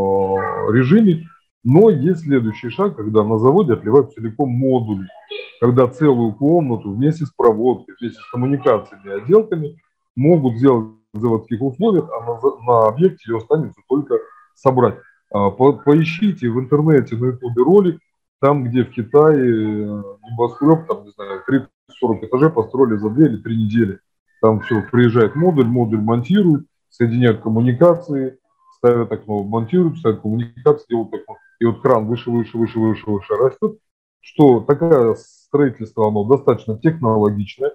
режиме. Но есть следующий шаг, когда на заводе отливают целиком модуль, когда целую комнату вместе с проводкой, вместе с коммуникациями и отделками могут сделать в заводских условиях, а на объекте ее останется только собрать. Поищите в интернете, на ютубе ролик, там, где в Китае небоскреб, там, не знаю, 30-40 этажей построили за 2 или 3 недели. Там все, приезжает модуль монтирует, соединяют коммуникации, ставят окно, монтируют, ставят коммуникации, делают окно. И вот кран выше растет, что такое строительство, оно достаточно технологичное,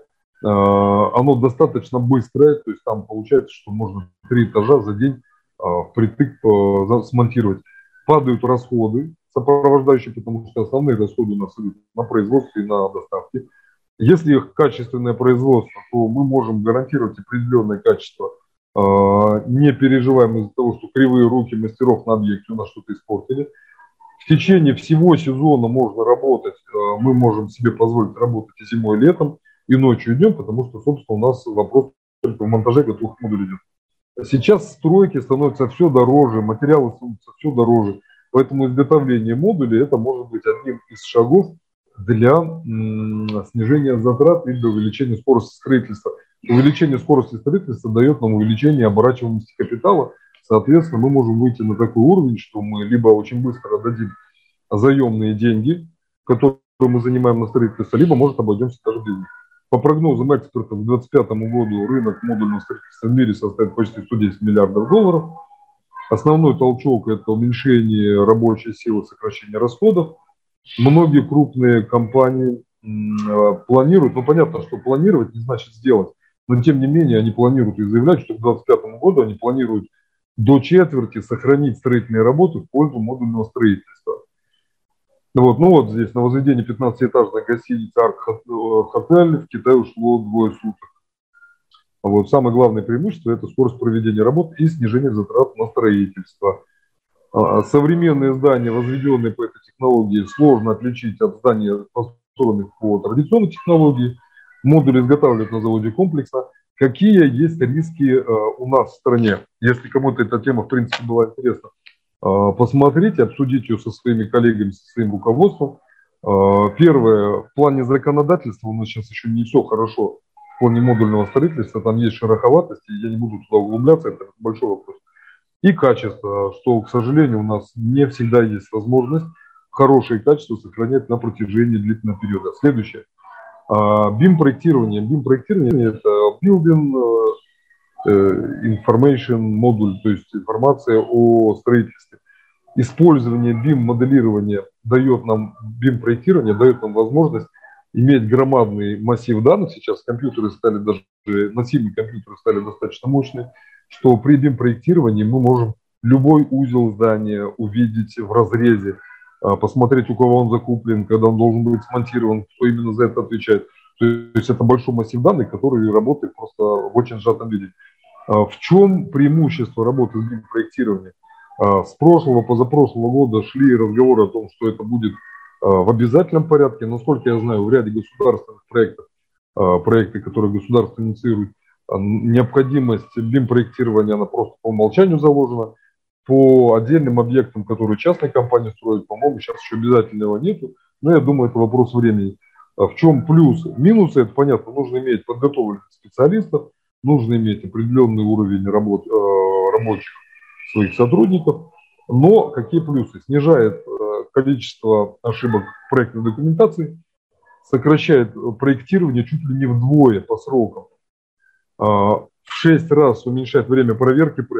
оно достаточно быстрое, то есть там получается, что можно 3 этажа за день впритык смонтировать. Падают расходы сопровождающие, потому что основные расходы у нас идут на производство и на доставки. Если качественное производство, то мы можем гарантировать определенное качество, не переживаем из-за того, что кривые руки мастеров на объекте у нас что-то испортили. В течение всего сезона можно работать, мы можем себе позволить работать и зимой, и летом, и ночью, и днем, потому что, собственно, у нас вопрос только в монтаже готовых модулей идет. Сейчас стройки становятся все дороже, материалы становятся все дороже, поэтому изготовление модулей это может быть одним из шагов для снижения затрат и для увеличения скорости строительства. Увеличение скорости строительства дает нам увеличение оборачиваемости капитала. Соответственно, мы можем выйти на такой уровень, что мы либо очень быстро отдадим заемные деньги, которые мы занимаем на строительство, либо, может, обойдемся даже без них. По прогнозам экспертов, к 2025 году рынок модульного строительства в мире составит почти 110 миллиардов долларов. Основной толчок – это уменьшение рабочей силы, сокращение расходов. Многие крупные компании планируют, ну понятно, что планировать не значит сделать, но тем не менее они планируют и заявляют, что к 2025 году они планируют до четверти сохранить строительные работы в пользу модульного строительства. Вот, ну вот здесь на возведение 15-этажной гостиницы Арк-Хотель в Китае ушло 2 суток. Вот, самое главное преимущество – это скорость проведения работ и снижение затрат на строительство. Современные здания, возведенные по этой технологии, сложно отличить от зданий, построенных по традиционной технологии. Модули изготавливают на заводе комплексно. Какие есть риски у нас в стране? Если кому-то эта тема, в принципе, была интересна, посмотрите, обсудите ее со своими коллегами, со своим руководством. Первое, в плане законодательства у нас сейчас еще не все хорошо. В плане модульного строительства там есть шероховатость, и я не буду туда углубляться, это большой вопрос. И качество, что, к сожалению, у нас не всегда есть возможность хорошее качество сохранять на протяжении длительного периода. Следующее. BIM-проектирование. BIM-проектирование – это Building Information модуль, то есть информация о строительстве. Использование BIM-моделирования дает нам, BIM-проектирование дает нам возможность иметь громадный массив данных. Сейчас компьютеры стали даже, носимые компьютеры стали достаточно мощные, что при BIM-проектировании мы можем любой узел здания увидеть в разрезе, посмотреть, у кого он закуплен, когда он должен быть смонтирован, кто именно за это отвечает. То есть это большой массив данных, который работает просто в очень сжатом виде. В чем преимущество работы с BIM-проектированием? С прошлого, позапрошлого года шли разговоры о том, что это будет в обязательном порядке. Насколько я знаю, в ряде государственных проектов, проекты, которые государство инициирует, необходимость BIM-проектирования, она просто по умолчанию заложена. По отдельным объектам, которые частные компании строят, по-моему, сейчас еще обязательного нету. Но я думаю, это вопрос времени. В чем плюс? Минусы, это понятно, нужно иметь подготовленных специалистов, нужно иметь определенный уровень рабочих своих сотрудников. Но какие плюсы? Снижает количество ошибок в проектной документации, сокращает проектирование чуть ли не вдвое по срокам, в 6 раз уменьшает время проверки проекта,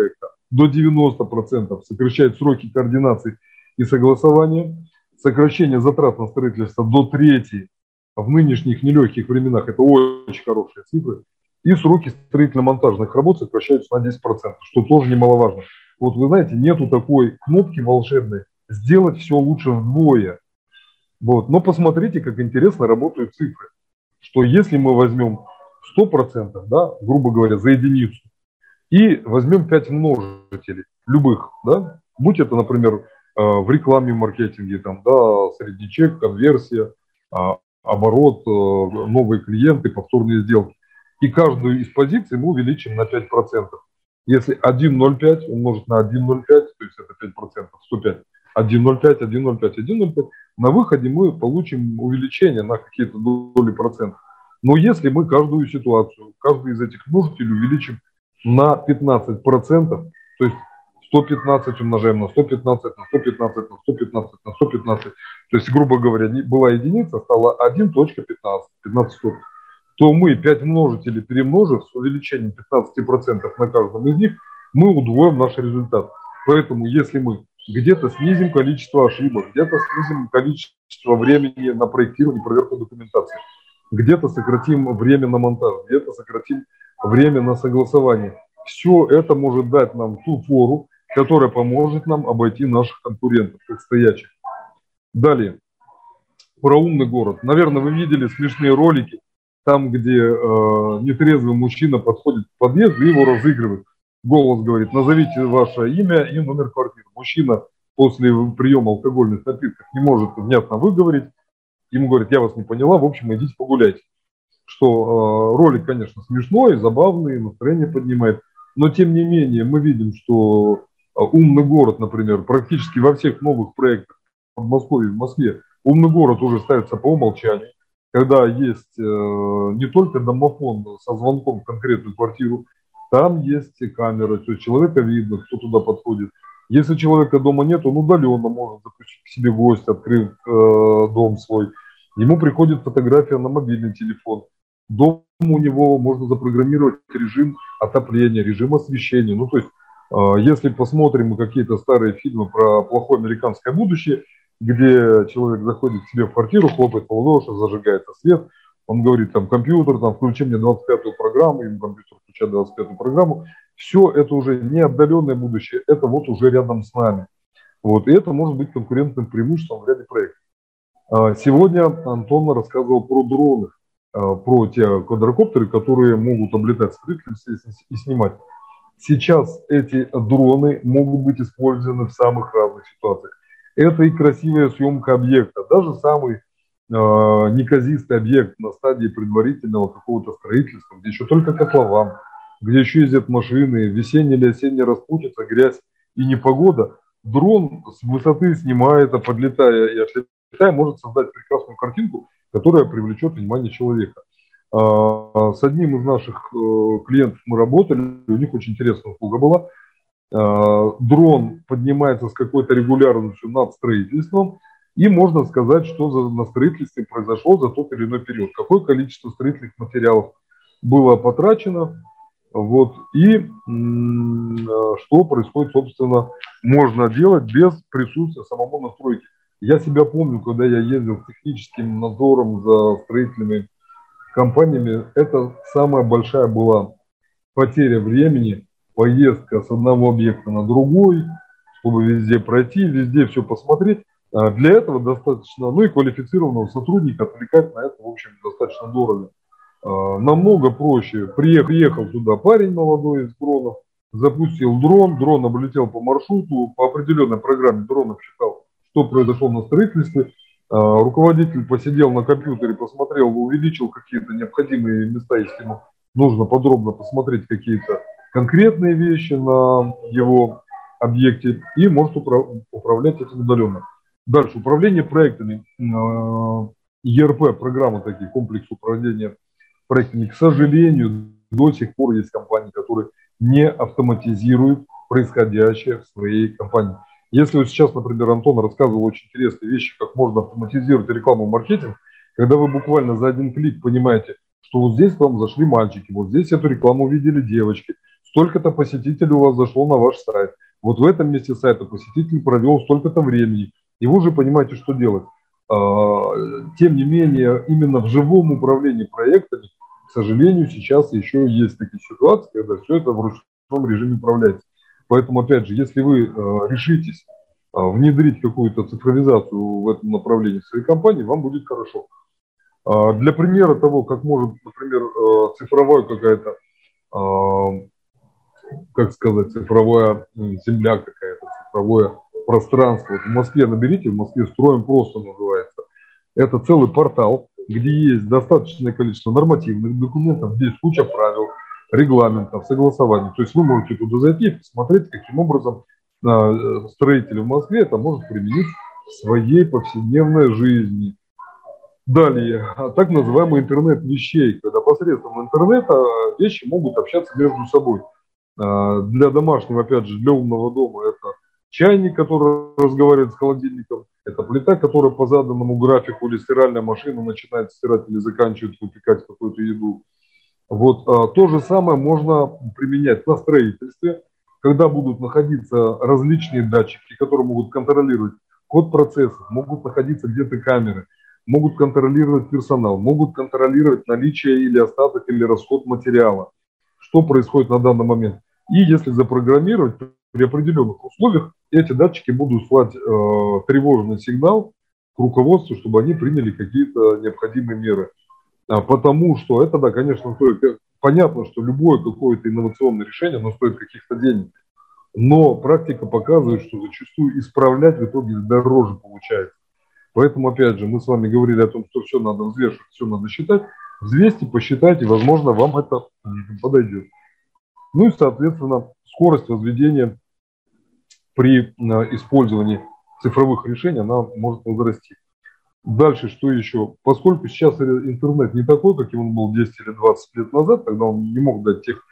до 90%, сокращает сроки координации и согласования, сокращение затрат на строительство до трети в нынешних нелегких временах, это очень хорошие цифры, и сроки строительно-монтажных работ сокращаются на 10%, что тоже немаловажно. Вот вы знаете, нету такой кнопки волшебной «сделать все лучше вдвое». Вот. Но посмотрите, как интересно работают цифры, что если мы возьмем 100%, да, грубо говоря, за единицу, и возьмем 5 множителей, любых, да, будь это, например, в рекламе, в маркетинге, там, да, средний чек, конверсия, оборот, новые клиенты, повторные сделки. И каждую из позиций мы увеличим на 5%. Если 1,05 умножить на 1,05, то есть это 5%, 105, 1,05, 1,05, 1,05, на выходе мы получим увеличение на какие-то доли процентов. Но если мы каждую ситуацию, каждый из этих множителей увеличим на 15%, то есть 115 умножаем на 115, на 115, на 115, на 115, то есть, грубо говоря, была единица, стала 1.15, 15 сотых, то мы 5 множителей перемножив с увеличением 15% на каждом из них, мы удвоим наш результат. Поэтому если мы где-то снизим количество ошибок, где-то снизим количество времени на проектирование, проверку документации, где-то сократим время на монтаж, где-то сократим время на согласование, все это может дать нам ту фору, которая поможет нам обойти наших конкурентов, как стоячих. Далее, про умный город. Наверное, вы видели смешные ролики, там, где нетрезвый мужчина подходит к подъезду и его разыгрывает. Голос говорит: назовите ваше имя и номер квартиры. Мужчина после приема алкогольных напитков не может внятно выговорить. Ему говорят: я вас не поняла, в общем, идите погуляйте. Что ролик, конечно, смешной, забавный, настроение поднимает. Но, тем не менее, мы видим, что умный город, например, практически во всех новых проектах в Подмосковье, в Москве, умный город уже ставится по умолчанию. Когда есть не только домофон со звонком в конкретную квартиру, там есть камера, то есть человека видно, кто туда подходит. Если человека дома нет, он удаленно может запустить к себе гость, открыв дом свой. Ему приходит фотография на мобильный телефон. Дома у него можно запрограммировать режим отопления, режим освещения. Ну, то есть, если посмотрим какие-то старые фильмы про плохое американское будущее, где человек заходит к себе в квартиру, хлопает по ладоши, зажигается свет, он говорит: там, компьютер, там, включи мне 25-ю программу, ему компьютер включает 25-ю программу. Все это уже не отдаленное будущее, это вот уже рядом с нами. Вот, и это может быть конкурентным преимуществом в ряде проектов. Сегодня Антон рассказывал про дроны, про те квадрокоптеры, которые могут облетать строительство и снимать. Сейчас эти дроны могут быть использованы в самых разных ситуациях. Это и красивая съемка объекта, даже самый неказистый объект на стадии предварительного какого-то строительства, где еще только котлован, где еще ездят машины, весенняя или осенняя распутица, грязь и непогода. Дрон с высоты снимает, а подлетая и отлетая, может создать прекрасную картинку, которая привлечет внимание человека. С одним из наших клиентов мы работали, у них очень интересная услуга была. Дрон поднимается с какой-то регулярностью над строительством, и можно сказать, что на строительстве произошло за тот или иной период, какое количество строительных материалов было потрачено, вот, и что происходит, собственно, можно делать без присутствия самого настройки. Я себя помню, когда я ездил с техническим надзором за строительными компаниями, это самая большая была потеря времени, поездка с одного объекта на другой, чтобы везде пройти, везде все посмотреть. Для этого достаточно, ну и квалифицированного сотрудника отвлекать на это, в общем, достаточно дорого. Намного проще. Приехал туда парень молодой из дронов, запустил дрон облетел по маршруту, по определенной программе дронов считал, что произошло на строительстве. Руководитель посидел на компьютере, посмотрел, увеличил какие-то необходимые места, если ему нужно подробно посмотреть какие-то конкретные вещи на его объекте, и может управлять этим удаленно. Дальше, управление проектами. ЕРП, программы такие, комплекс управления проектами. К сожалению, до сих пор есть компании, которые не автоматизируют происходящее в своей компании. Если вот сейчас, например, Антон рассказывал очень интересные вещи, как можно автоматизировать рекламу и маркетинг, когда вы буквально за один клик понимаете, что вот здесь к вам зашли мальчики, вот здесь эту рекламу увидели девочки, столько-то посетителей у вас зашло на ваш сайт. Вот в этом месте сайта посетитель провел столько-то времени. И вы уже понимаете, что делать. Тем не менее, именно в живом управлении проектами, к сожалению, сейчас еще есть такие ситуации, когда все это в ручном режиме управляется. Поэтому, опять же, если вы решитесь внедрить какую-то цифровизацию в этом направлении в своей компании, вам будет хорошо. Для примера того, как может, например, цифровая какая-то, как сказать, цифровая земля какая-то, цифровое пространство. Вот в Москве наберите, в Москве «Строим просто» называется. Это целый портал, где есть достаточное количество нормативных документов, здесь куча правил, регламентов, согласований. То есть вы можете туда зайти и посмотреть, каким образом строитель в Москве это может применить в своей повседневной жизни. Далее, так называемый интернет вещей, когда посредством интернета вещи могут общаться между собой. Для домашнего, опять же, для умного дома это чайник, который разговаривает с холодильником, это плита, которая по заданному графику, или стиральная машина начинает стирать или заканчивает выпекать какую-то еду. Вот то же самое можно применять на строительстве, когда будут находиться различные датчики, которые могут контролировать ход процессов, могут находиться где-то камеры, могут контролировать персонал, могут контролировать наличие или остаток или расход материала, что происходит на данный момент. И если запрограммировать, при определенных условиях эти датчики будут слать тревожный сигнал к руководству, чтобы они приняли какие-то необходимые меры. Потому что это, да, конечно, стоит. Понятно, что любое какое-то инновационное решение, оно стоит каких-то денег. Но практика показывает, что зачастую исправлять в итоге дороже получается. Поэтому, опять же, мы с вами говорили о том, что все надо взвешивать, все надо считать. Взвесьте, посчитайте, возможно, вам это подойдет. Ну и, соответственно, скорость возведения при использовании цифровых решений, она может возрасти. Дальше, что еще? Поскольку сейчас интернет не такой, каким он был 10 или 20 лет назад, тогда он не мог дать тех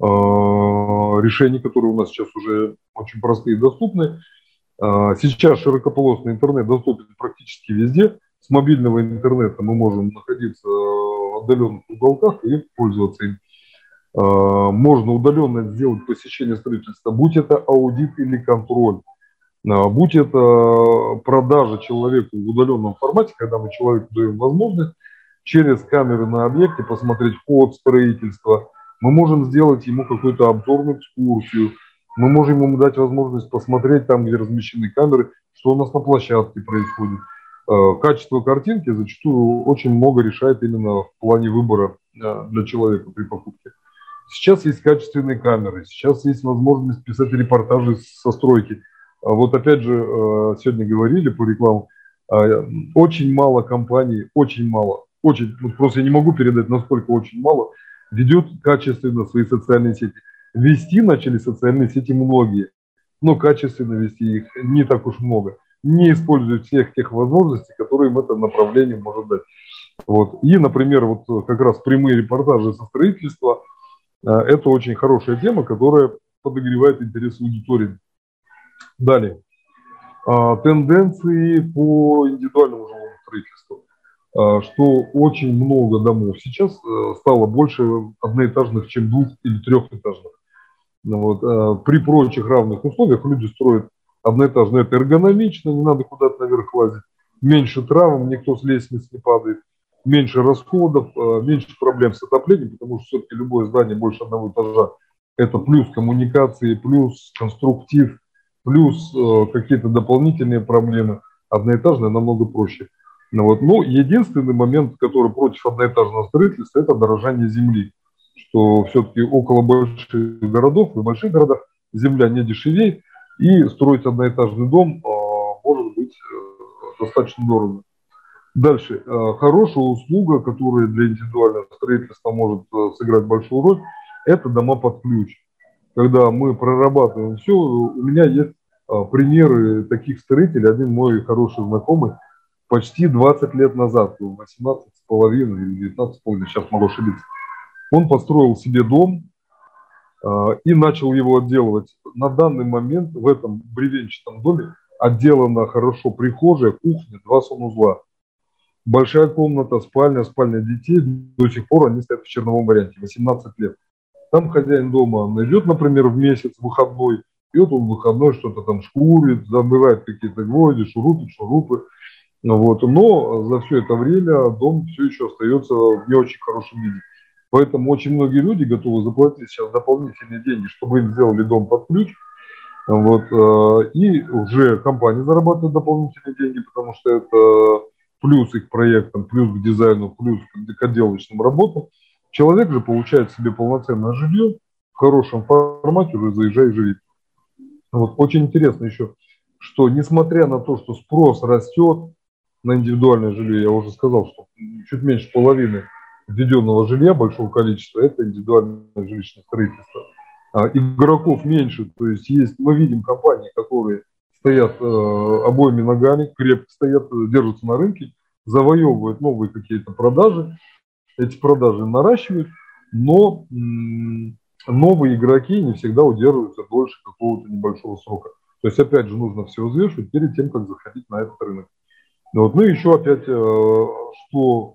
решений, которые у нас сейчас уже очень простые и доступны. Сейчас широкополосный интернет доступен практически везде. С мобильного интернета мы можем находиться в отдаленных уголках и пользоваться им. Можно удаленно сделать посещение строительства, будь это аудит или контроль, будь это продажа человеку в удаленном формате, когда мы человеку даем возможность через камеры на объекте посмотреть ход строительства, мы можем сделать ему какую-то обзорную экскурсию, мы можем ему дать возможность посмотреть там, где размещены камеры, что у нас на площадке происходит. Качество картинки зачастую очень много решает именно в плане выбора для человека при покупке. Сейчас есть качественные камеры, сейчас есть возможность писать репортажи со стройки. Вот опять же, сегодня говорили по рекламам, очень мало компаний, очень мало, очень, просто я не могу передать, насколько очень мало, ведет качественно свои социальные сети. Вести начали социальные сети многие, но качественно вести их не так уж много. Не используют всех тех возможностей, которые им это направление может дать. Вот. И, например, вот как раз прямые репортажи со строительства, это очень хорошая тема, которая подогревает интерес аудитории. Далее. Тенденции по индивидуальному жилому строительству. Что очень много домов сейчас стало больше одноэтажных, чем двух- или трехэтажных. Вот. При прочих равных условиях люди строят одноэтажные. Это эргономично, не надо куда-то наверх лазить. Меньше травм, никто с лестниц не падает. Меньше расходов, меньше проблем с отоплением, потому что все-таки любое здание больше одного этажа – это плюс коммуникации, плюс конструктив, плюс какие-то дополнительные проблемы. Одноэтажное намного проще. Вот. Но единственный момент, который против одноэтажного строительства – это дорожание земли. Что все-таки около больших городов и в больших городах земля не дешевеет, и строить одноэтажный дом может быть достаточно дорого. Дальше. Хорошая услуга, которая для индивидуального строительства может сыграть большую роль, это дома под ключ. Когда мы прорабатываем все, у меня есть примеры таких строителей. Один мой хороший знакомый почти 20 лет назад, 18,5 или 19,5, сейчас могу ошибиться, он построил себе дом и начал его отделывать. На данный момент в этом бревенчатом доме отделана хорошо прихожая, кухня, 2 санузла. Большая комната, спальня, спальня детей, до сих пор они стоят в черновом варианте, 18 лет. Там хозяин дома найдет, например, в месяц выходной, и вот он в выходной что-то там шкурит, забывает какие-то гвозди, шурупы. Вот. Но за все это время дом все еще остается в не очень хорошем виде. Поэтому очень многие люди готовы заплатить сейчас дополнительные деньги, чтобы им сделали дом под ключ. Вот. И уже компания зарабатывает дополнительные деньги, потому что это плюс их проектам, плюс к дизайну, плюс к отделочным работам. Человек же получает себе полноценное жилье в хорошем формате, уже заезжай и живи. Вот. Очень интересно еще, что несмотря на то, что спрос растет на индивидуальное жилье, я уже сказал, что чуть меньше половины введенного жилья, большого количества, это индивидуальное жилищное строительство. Игроков меньше, то есть мы видим компании, которые стоят обоими ногами, крепко стоят, держатся на рынке, завоевывают новые какие-то продажи, эти продажи наращивают, но новые игроки не всегда удерживаются дольше какого-то небольшого срока. То есть, опять же, нужно все взвешивать перед тем, как заходить на этот рынок. Вот. Ну и еще опять, что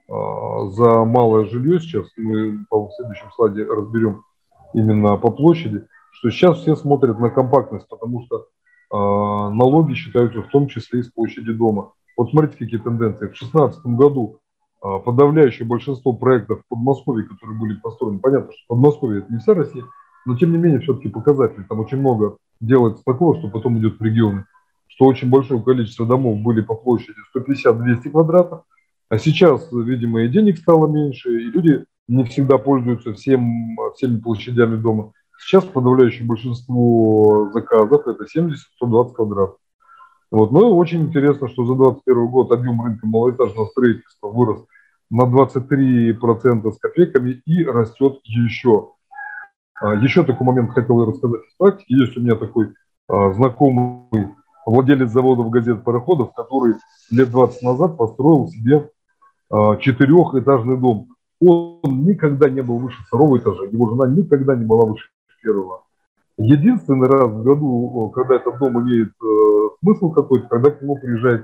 за малое жилье сейчас, мы в следующем слайде разберем именно по площади, что сейчас все смотрят на компактность, потому что налоги считаются в том числе и с площади дома. Вот смотрите, какие тенденции. В 2016 году подавляющее большинство проектов в Подмосковье, которые были построены, понятно, что Подмосковье это не вся Россия, но тем не менее все-таки показатель. Там очень много делается такого, что потом идет в регионы, что очень большое количество домов были по площади 150-200 квадратов, а сейчас, видимо, и денег стало меньше, и люди не всегда пользуются всеми площадями дома. Сейчас подавляющее большинство заказов это 70-120 квадратов. Вот. Ну и очень интересно, что за 2021 год объем рынка малоэтажного строительства вырос на 23% с копейками и растет еще. Еще такой момент хотел рассказать из практики. Есть у меня такой знакомый владелец заводов газет пароходов, который лет 20 назад построил себе четырехэтажный дом. Он никогда не был выше второго этажа, его жена никогда не была выше первого. Единственный раз в году, когда этот дом имеет смысл какой-то, когда к нему приезжают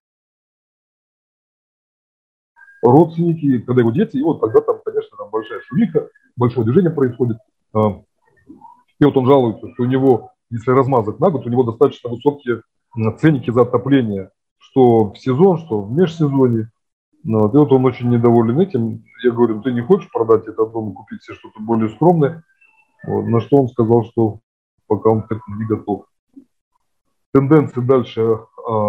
родственники, когда его дети, и вот тогда там, конечно, там большая шумиха, большое движение происходит. И вот он жалуется, что у него, если размазать на год, у него достаточно высокие ценники за отопление, что в сезон, что в межсезонье. Вот. И вот он очень недоволен этим. Я говорю, ты не хочешь продать этот дом и купить себе что-то более скромное? Вот. На что он сказал, что пока он к этому не готов. Тенденции дальше.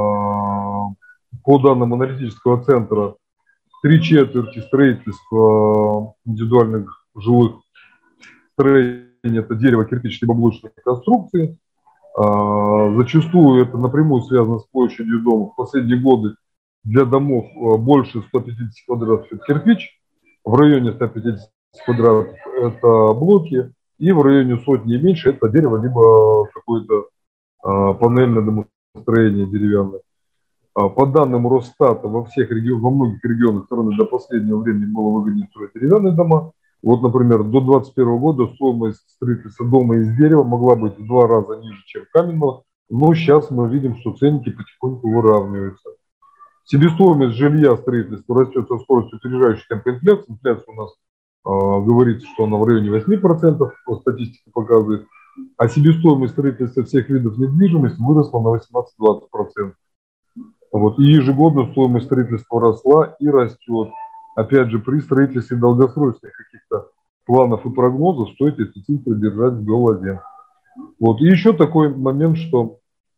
По данным аналитического центра, 3/4 строительства индивидуальных жилых строений это дерево, кирпич, либо блочные конструкции. Зачастую это напрямую связано с площадью дома. В последние годы для домов больше 150 квадратов это кирпич, в районе 150 квадратов это блоки, и в районе сотни и меньше это дерево, либо какое-то панельное домостроение деревянное. По данным Росстата, во многих регионах страны до последнего времени было выгоднее строить деревянные дома. Вот, например, до 2021 года стоимость строительства дома из дерева могла быть в 2 раза ниже, чем каменного, но сейчас мы видим, что ценники потихоньку выравниваются. Себестоимость жилья строительства растет со скоростью опережающей темпа инфляции. Инфляция у нас говорится, что она в районе 8%, статистика показывает, а себестоимость строительства всех видов недвижимости выросла на 18-20%. Вот. И ежегодно стоимость строительства росла и растет. Опять же, при строительстве долгосрочных каких-то планов и прогнозов стоит эти цифры держать в голове. Вот. И еще такой момент, что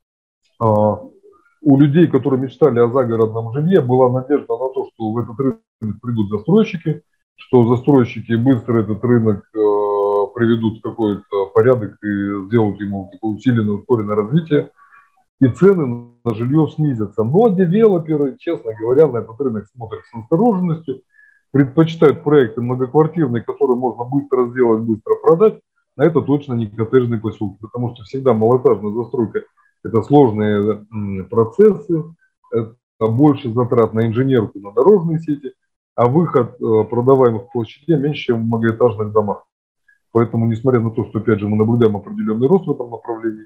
у людей, которые мечтали о загородном жилье, была надежда на то, что в этот рынок придут застройщики, что застройщики быстро этот рынок приведут в какой-то порядок и сделают ему такое усиленное, ускоренное развитие, и цены на жилье снизятся. Но девелоперы, честно говоря, на этот рынок смотрят с настороженностью, предпочитают проекты многоквартирные, которые можно быстро сделать, быстро продать, а это точно не коттеджные поселки, потому что всегда малоэтажная застройка – это сложные процессы, это больше затрат на инженерку, на дорожные сети, а выход продаваемых площадей меньше, чем в многоэтажных домах. Поэтому, несмотря на то, что, опять же, мы наблюдаем определенный рост в этом направлении,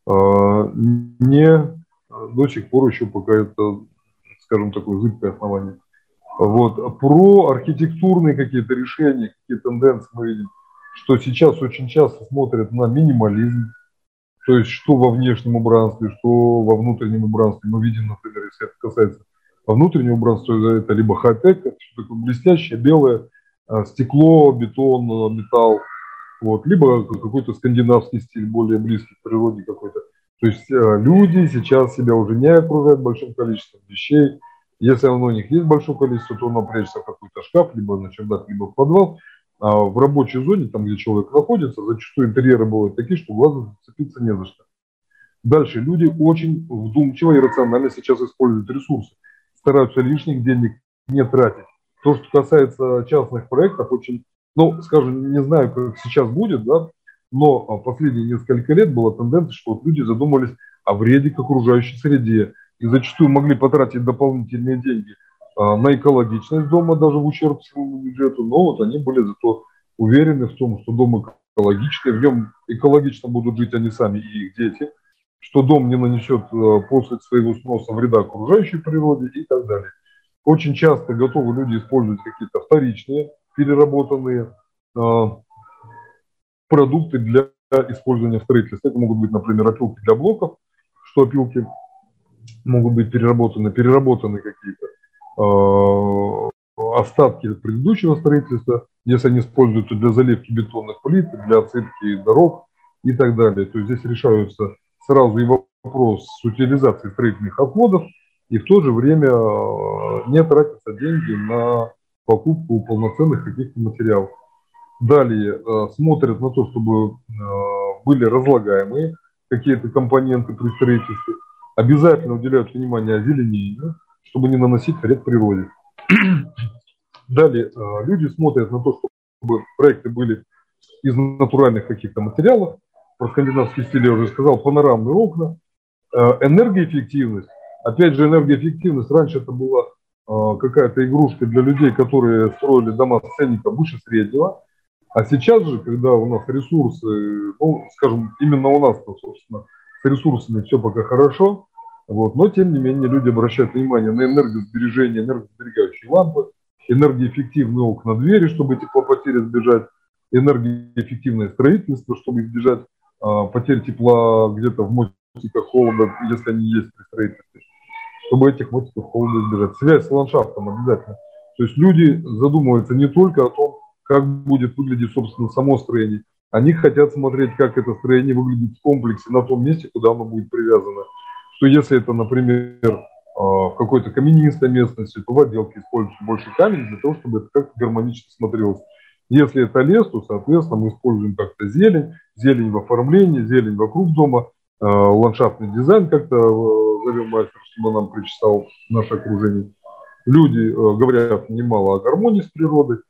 до сих пор еще пока это, скажем, такое зыбкое основание. Вот. Про архитектурные какие-то решения, какие тенденции мы видим, что сейчас очень часто смотрят на минимализм, то есть что во внешнем убранстве, что во внутреннем убранстве. Мы видим, например, если это касается внутреннего убранства, это либо хай-тек, это что такое блестящее, белое, стекло, бетон, металл, вот, либо какой-то скандинавский стиль, более близкий к природе какой-то. То есть люди сейчас себя уже не окружают большим количеством вещей. Если оно у них есть большое количество, то он напрячься в какой-то шкаф, либо на чердак, либо в подвал. А в рабочей зоне, там, где человек находится, зачастую интерьеры бывают такие, что глазу зацепиться не за что. Дальше. Люди очень вдумчиво и рационально сейчас используют ресурсы. Стараются лишних денег не тратить. То, что касается частных проектов, очень, ну, скажем, не знаю, как сейчас будет, да, но последние несколько лет была тенденция, что вот люди задумались о вреде к окружающей среде и зачастую могли потратить дополнительные деньги на экологичность дома, даже в ущерб своему бюджету, но вот они были зато уверены в том, что дом экологичный, в нем экологично будут жить они сами и их дети, что дом не нанесет после своего сноса вреда окружающей природе и так далее. Очень часто готовы люди использовать какие-то вторичные, переработанные продукты для использования в строительстве. Это могут быть, например, опилки для блоков, что опилки могут быть переработаны какие-то остатки предыдущего строительства, если они используются для заливки бетонных плит, для отсыпки дорог и так далее. То есть здесь решаются сразу и вопрос с утилизацией строительных отходов, и в то же время не тратятся деньги на покупку полноценных каких-то материалов. Далее смотрят на то, чтобы были разлагаемые какие-то компоненты при строительстве. Обязательно уделяют внимание озеленению, чтобы не наносить вред природе. Далее люди смотрят на то, чтобы проекты были из натуральных каких-то материалов. Про скандинавский стиль я уже сказал, панорамные окна. Энергоэффективность. Опять же, энергоэффективность. Раньше это была какая-то игрушка для людей, которые строили дома с ценником выше среднего. А сейчас же, когда у нас ресурсы, ну, скажем, именно у нас, собственно, с ресурсами все пока хорошо, вот, но тем не менее люди обращают внимание на энергосбережение, энергосберегающие лампы, энергоэффективные окна, двери, чтобы теплопотери избежать, энергоэффективное строительство, чтобы избежать потерь тепла где-то в мотиках холода, если они есть при строительстве, чтобы этих мотиков холода избежать. Связь с ландшафтом обязательно. То есть люди задумываются не только о том, как будет выглядеть, собственно, само строение. Они хотят смотреть, как это строение выглядит в комплексе на том месте, куда оно будет привязано. Что если это, например, в какой-то каменистой местности, то в отделке используется больше камень для того, чтобы это как-то гармонично смотрелось. Если это лес, то, соответственно, мы используем как-то зелень, зелень в оформлении, зелень вокруг дома, ландшафтный дизайн как-то зовем мастер, чтобы нам причесал наше окружение. Люди говорят немало о гармонии с природой.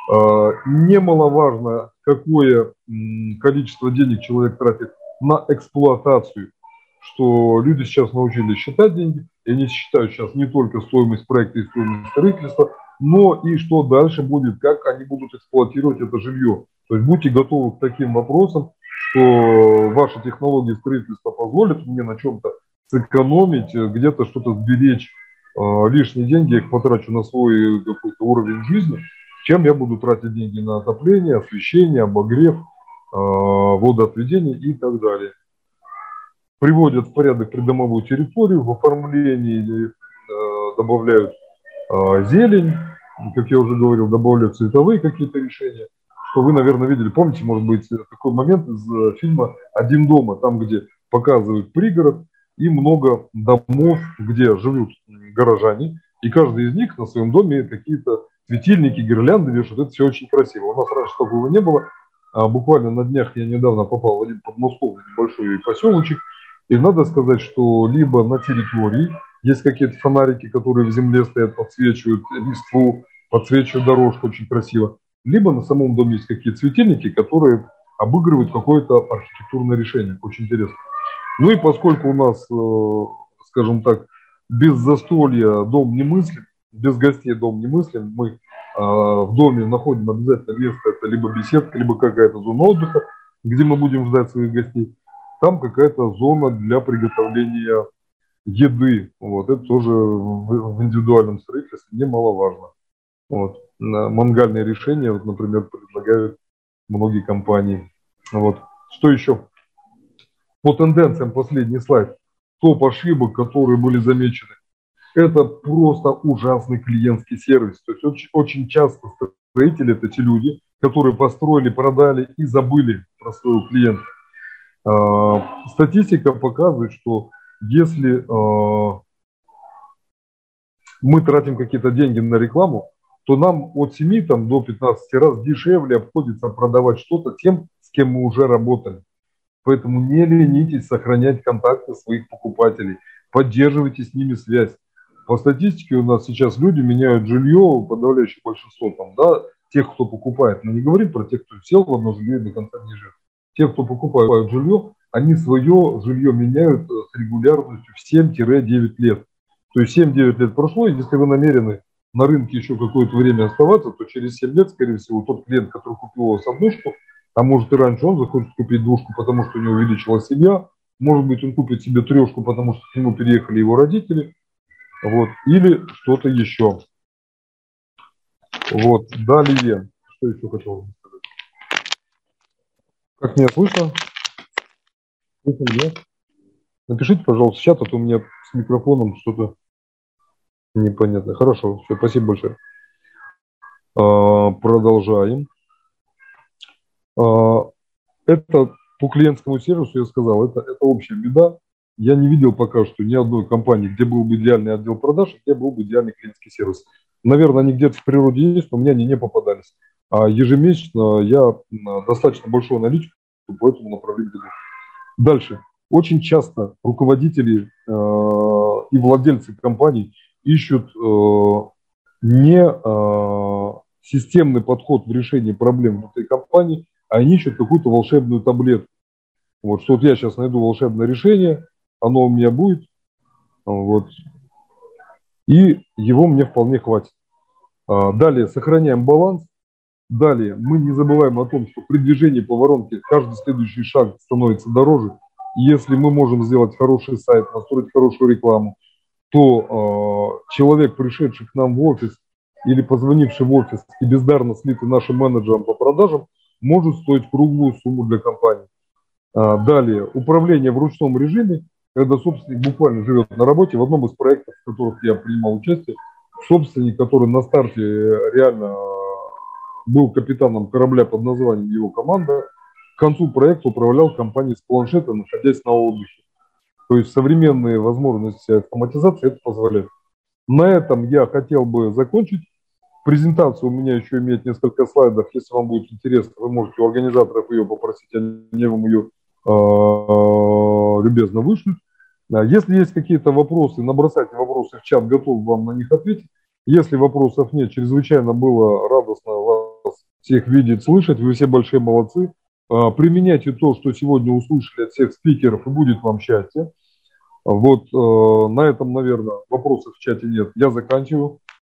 Немаловажно, какое количество денег человек тратит на эксплуатацию, что люди сейчас научились считать деньги, и они считают сейчас не только стоимость проекта и стоимость строительства, но и что дальше будет, как они будут эксплуатировать это жилье. То есть будьте готовы к таким вопросам, что ваши технологии строительства позволят мне на чем-то сэкономить, где-то что-то сберечь, лишние деньги, я их потрачу на свой какой-то уровень жизни, чем я буду тратить деньги на отопление, освещение, обогрев, водоотведение и так далее. Приводят в порядок придомовую территорию, в оформлении добавляют зелень, как я уже говорил, добавляют цветовые какие-то решения, что вы, наверное, видели. Помните, может быть, такой момент из фильма «Один дома», там, где показывают пригород и много домов, где живут горожане, и каждый из них на своем доме какие-то светильники, гирлянды вешают. Это все очень красиво. У нас раньше такого не было. Буквально на днях я недавно попал в один подмосковный небольшой поселочек, и надо сказать, что либо на территории есть какие-то фонарики, которые в земле стоят, подсвечивают листву, подсвечивают дорожку очень красиво, либо на самом доме есть какие-то светильники, которые обыгрывают какое-то архитектурное решение. Очень интересно. Ну и поскольку у нас, скажем так, без застолья дом не мыслим, без гостей дом не мыслим, мы в доме находим обязательно место, это либо беседка, либо какая-то зона отдыха, где мы будем ждать своих гостей. Там какая-то зона для приготовления еды. Вот, это тоже в индивидуальном строительстве немаловажно. Вот. Мангальные решения, вот, например, предлагают многие компании. Вот. Что еще? По тенденциям последний слайд. Топ ошибок, которые были замечены. Это просто ужасный клиентский сервис. То есть очень часто строители – это те люди, которые построили, продали и забыли про своего клиента. Статистика показывает, что если мы тратим какие-то деньги на рекламу, то нам от 7 до 15 раз дешевле обходится продавать что-то тем, с кем мы уже работали. Поэтому не ленитесь сохранять контакты своих покупателей, поддерживайте с ними связь. По статистике у нас сейчас люди меняют жилье, подавляющее большинство тех, кто покупает. Мы не говорим про тех, кто сел в одно жилье и до конца не жил. Те, кто покупают жилье, они свое жилье меняют с регулярностью в 7-9 лет. То есть 7-9 лет прошло, и если вы намерены на рынке еще какое-то время оставаться, то через 7 лет, скорее всего, тот клиент, который купил у вас однушку, а может и раньше он захочет купить двушку, потому что у него увеличилась семья, может быть он купит себе трешку, потому что к нему переехали его родители, вот, или что-то еще. Вот, далее, что еще хотел сказать? Как меня слышно? Слышно меня? Напишите, пожалуйста, в чат, а то у меня с микрофоном что-то непонятное. Хорошо, все, спасибо большое. Продолжаем. Это по клиентскому сервису, я сказал, это общая беда. Я не видел пока что ни одной компании, где был бы идеальный отдел продаж, где был бы идеальный клиентский сервис. Наверное, они где-то в природе есть, но мне они не попадались. А ежемесячно я достаточно большую аналитику по этому направлению веду. Дальше. Очень часто руководители и владельцы компаний ищут не системный подход в решении проблем внутри компании, а они ищут какую-то волшебную таблетку. Вот, что вот я сейчас найду волшебное решение, оно у меня будет, вот, и его мне вполне хватит. Далее сохраняем баланс. Далее мы не забываем о том, что при движении по воронке каждый следующий шаг становится дороже. И если мы можем сделать хороший сайт, настроить хорошую рекламу, то человек, пришедший к нам в офис или позвонивший в офис и бездарно слитый нашим менеджером по продажам, может стоить круглую сумму для компании. Далее, управление в ручном режиме, когда собственник буквально живет на работе. В одном из проектов, в которых я принимал участие, собственник, который на старте реально был капитаном корабля под названием его команда, к концу проекта управлял компанией с планшета, находясь на отдыхе. То есть современные возможности автоматизации это позволяют. На этом я хотел бы закончить. Презентация у меня еще имеет несколько слайдов. Если вам будет интересно, вы можете у организаторов ее попросить, они вам ее любезно вышлют. Если есть какие-то вопросы, набросайте вопросы в чат, готов вам на них ответить. Если вопросов нет, чрезвычайно было радостно вас всех видеть, слышать. Вы все большие молодцы. Применяйте то, что сегодня услышали от всех спикеров, и будет вам счастье. Вот на этом, наверное, вопросов в чате нет. Я заканчиваю.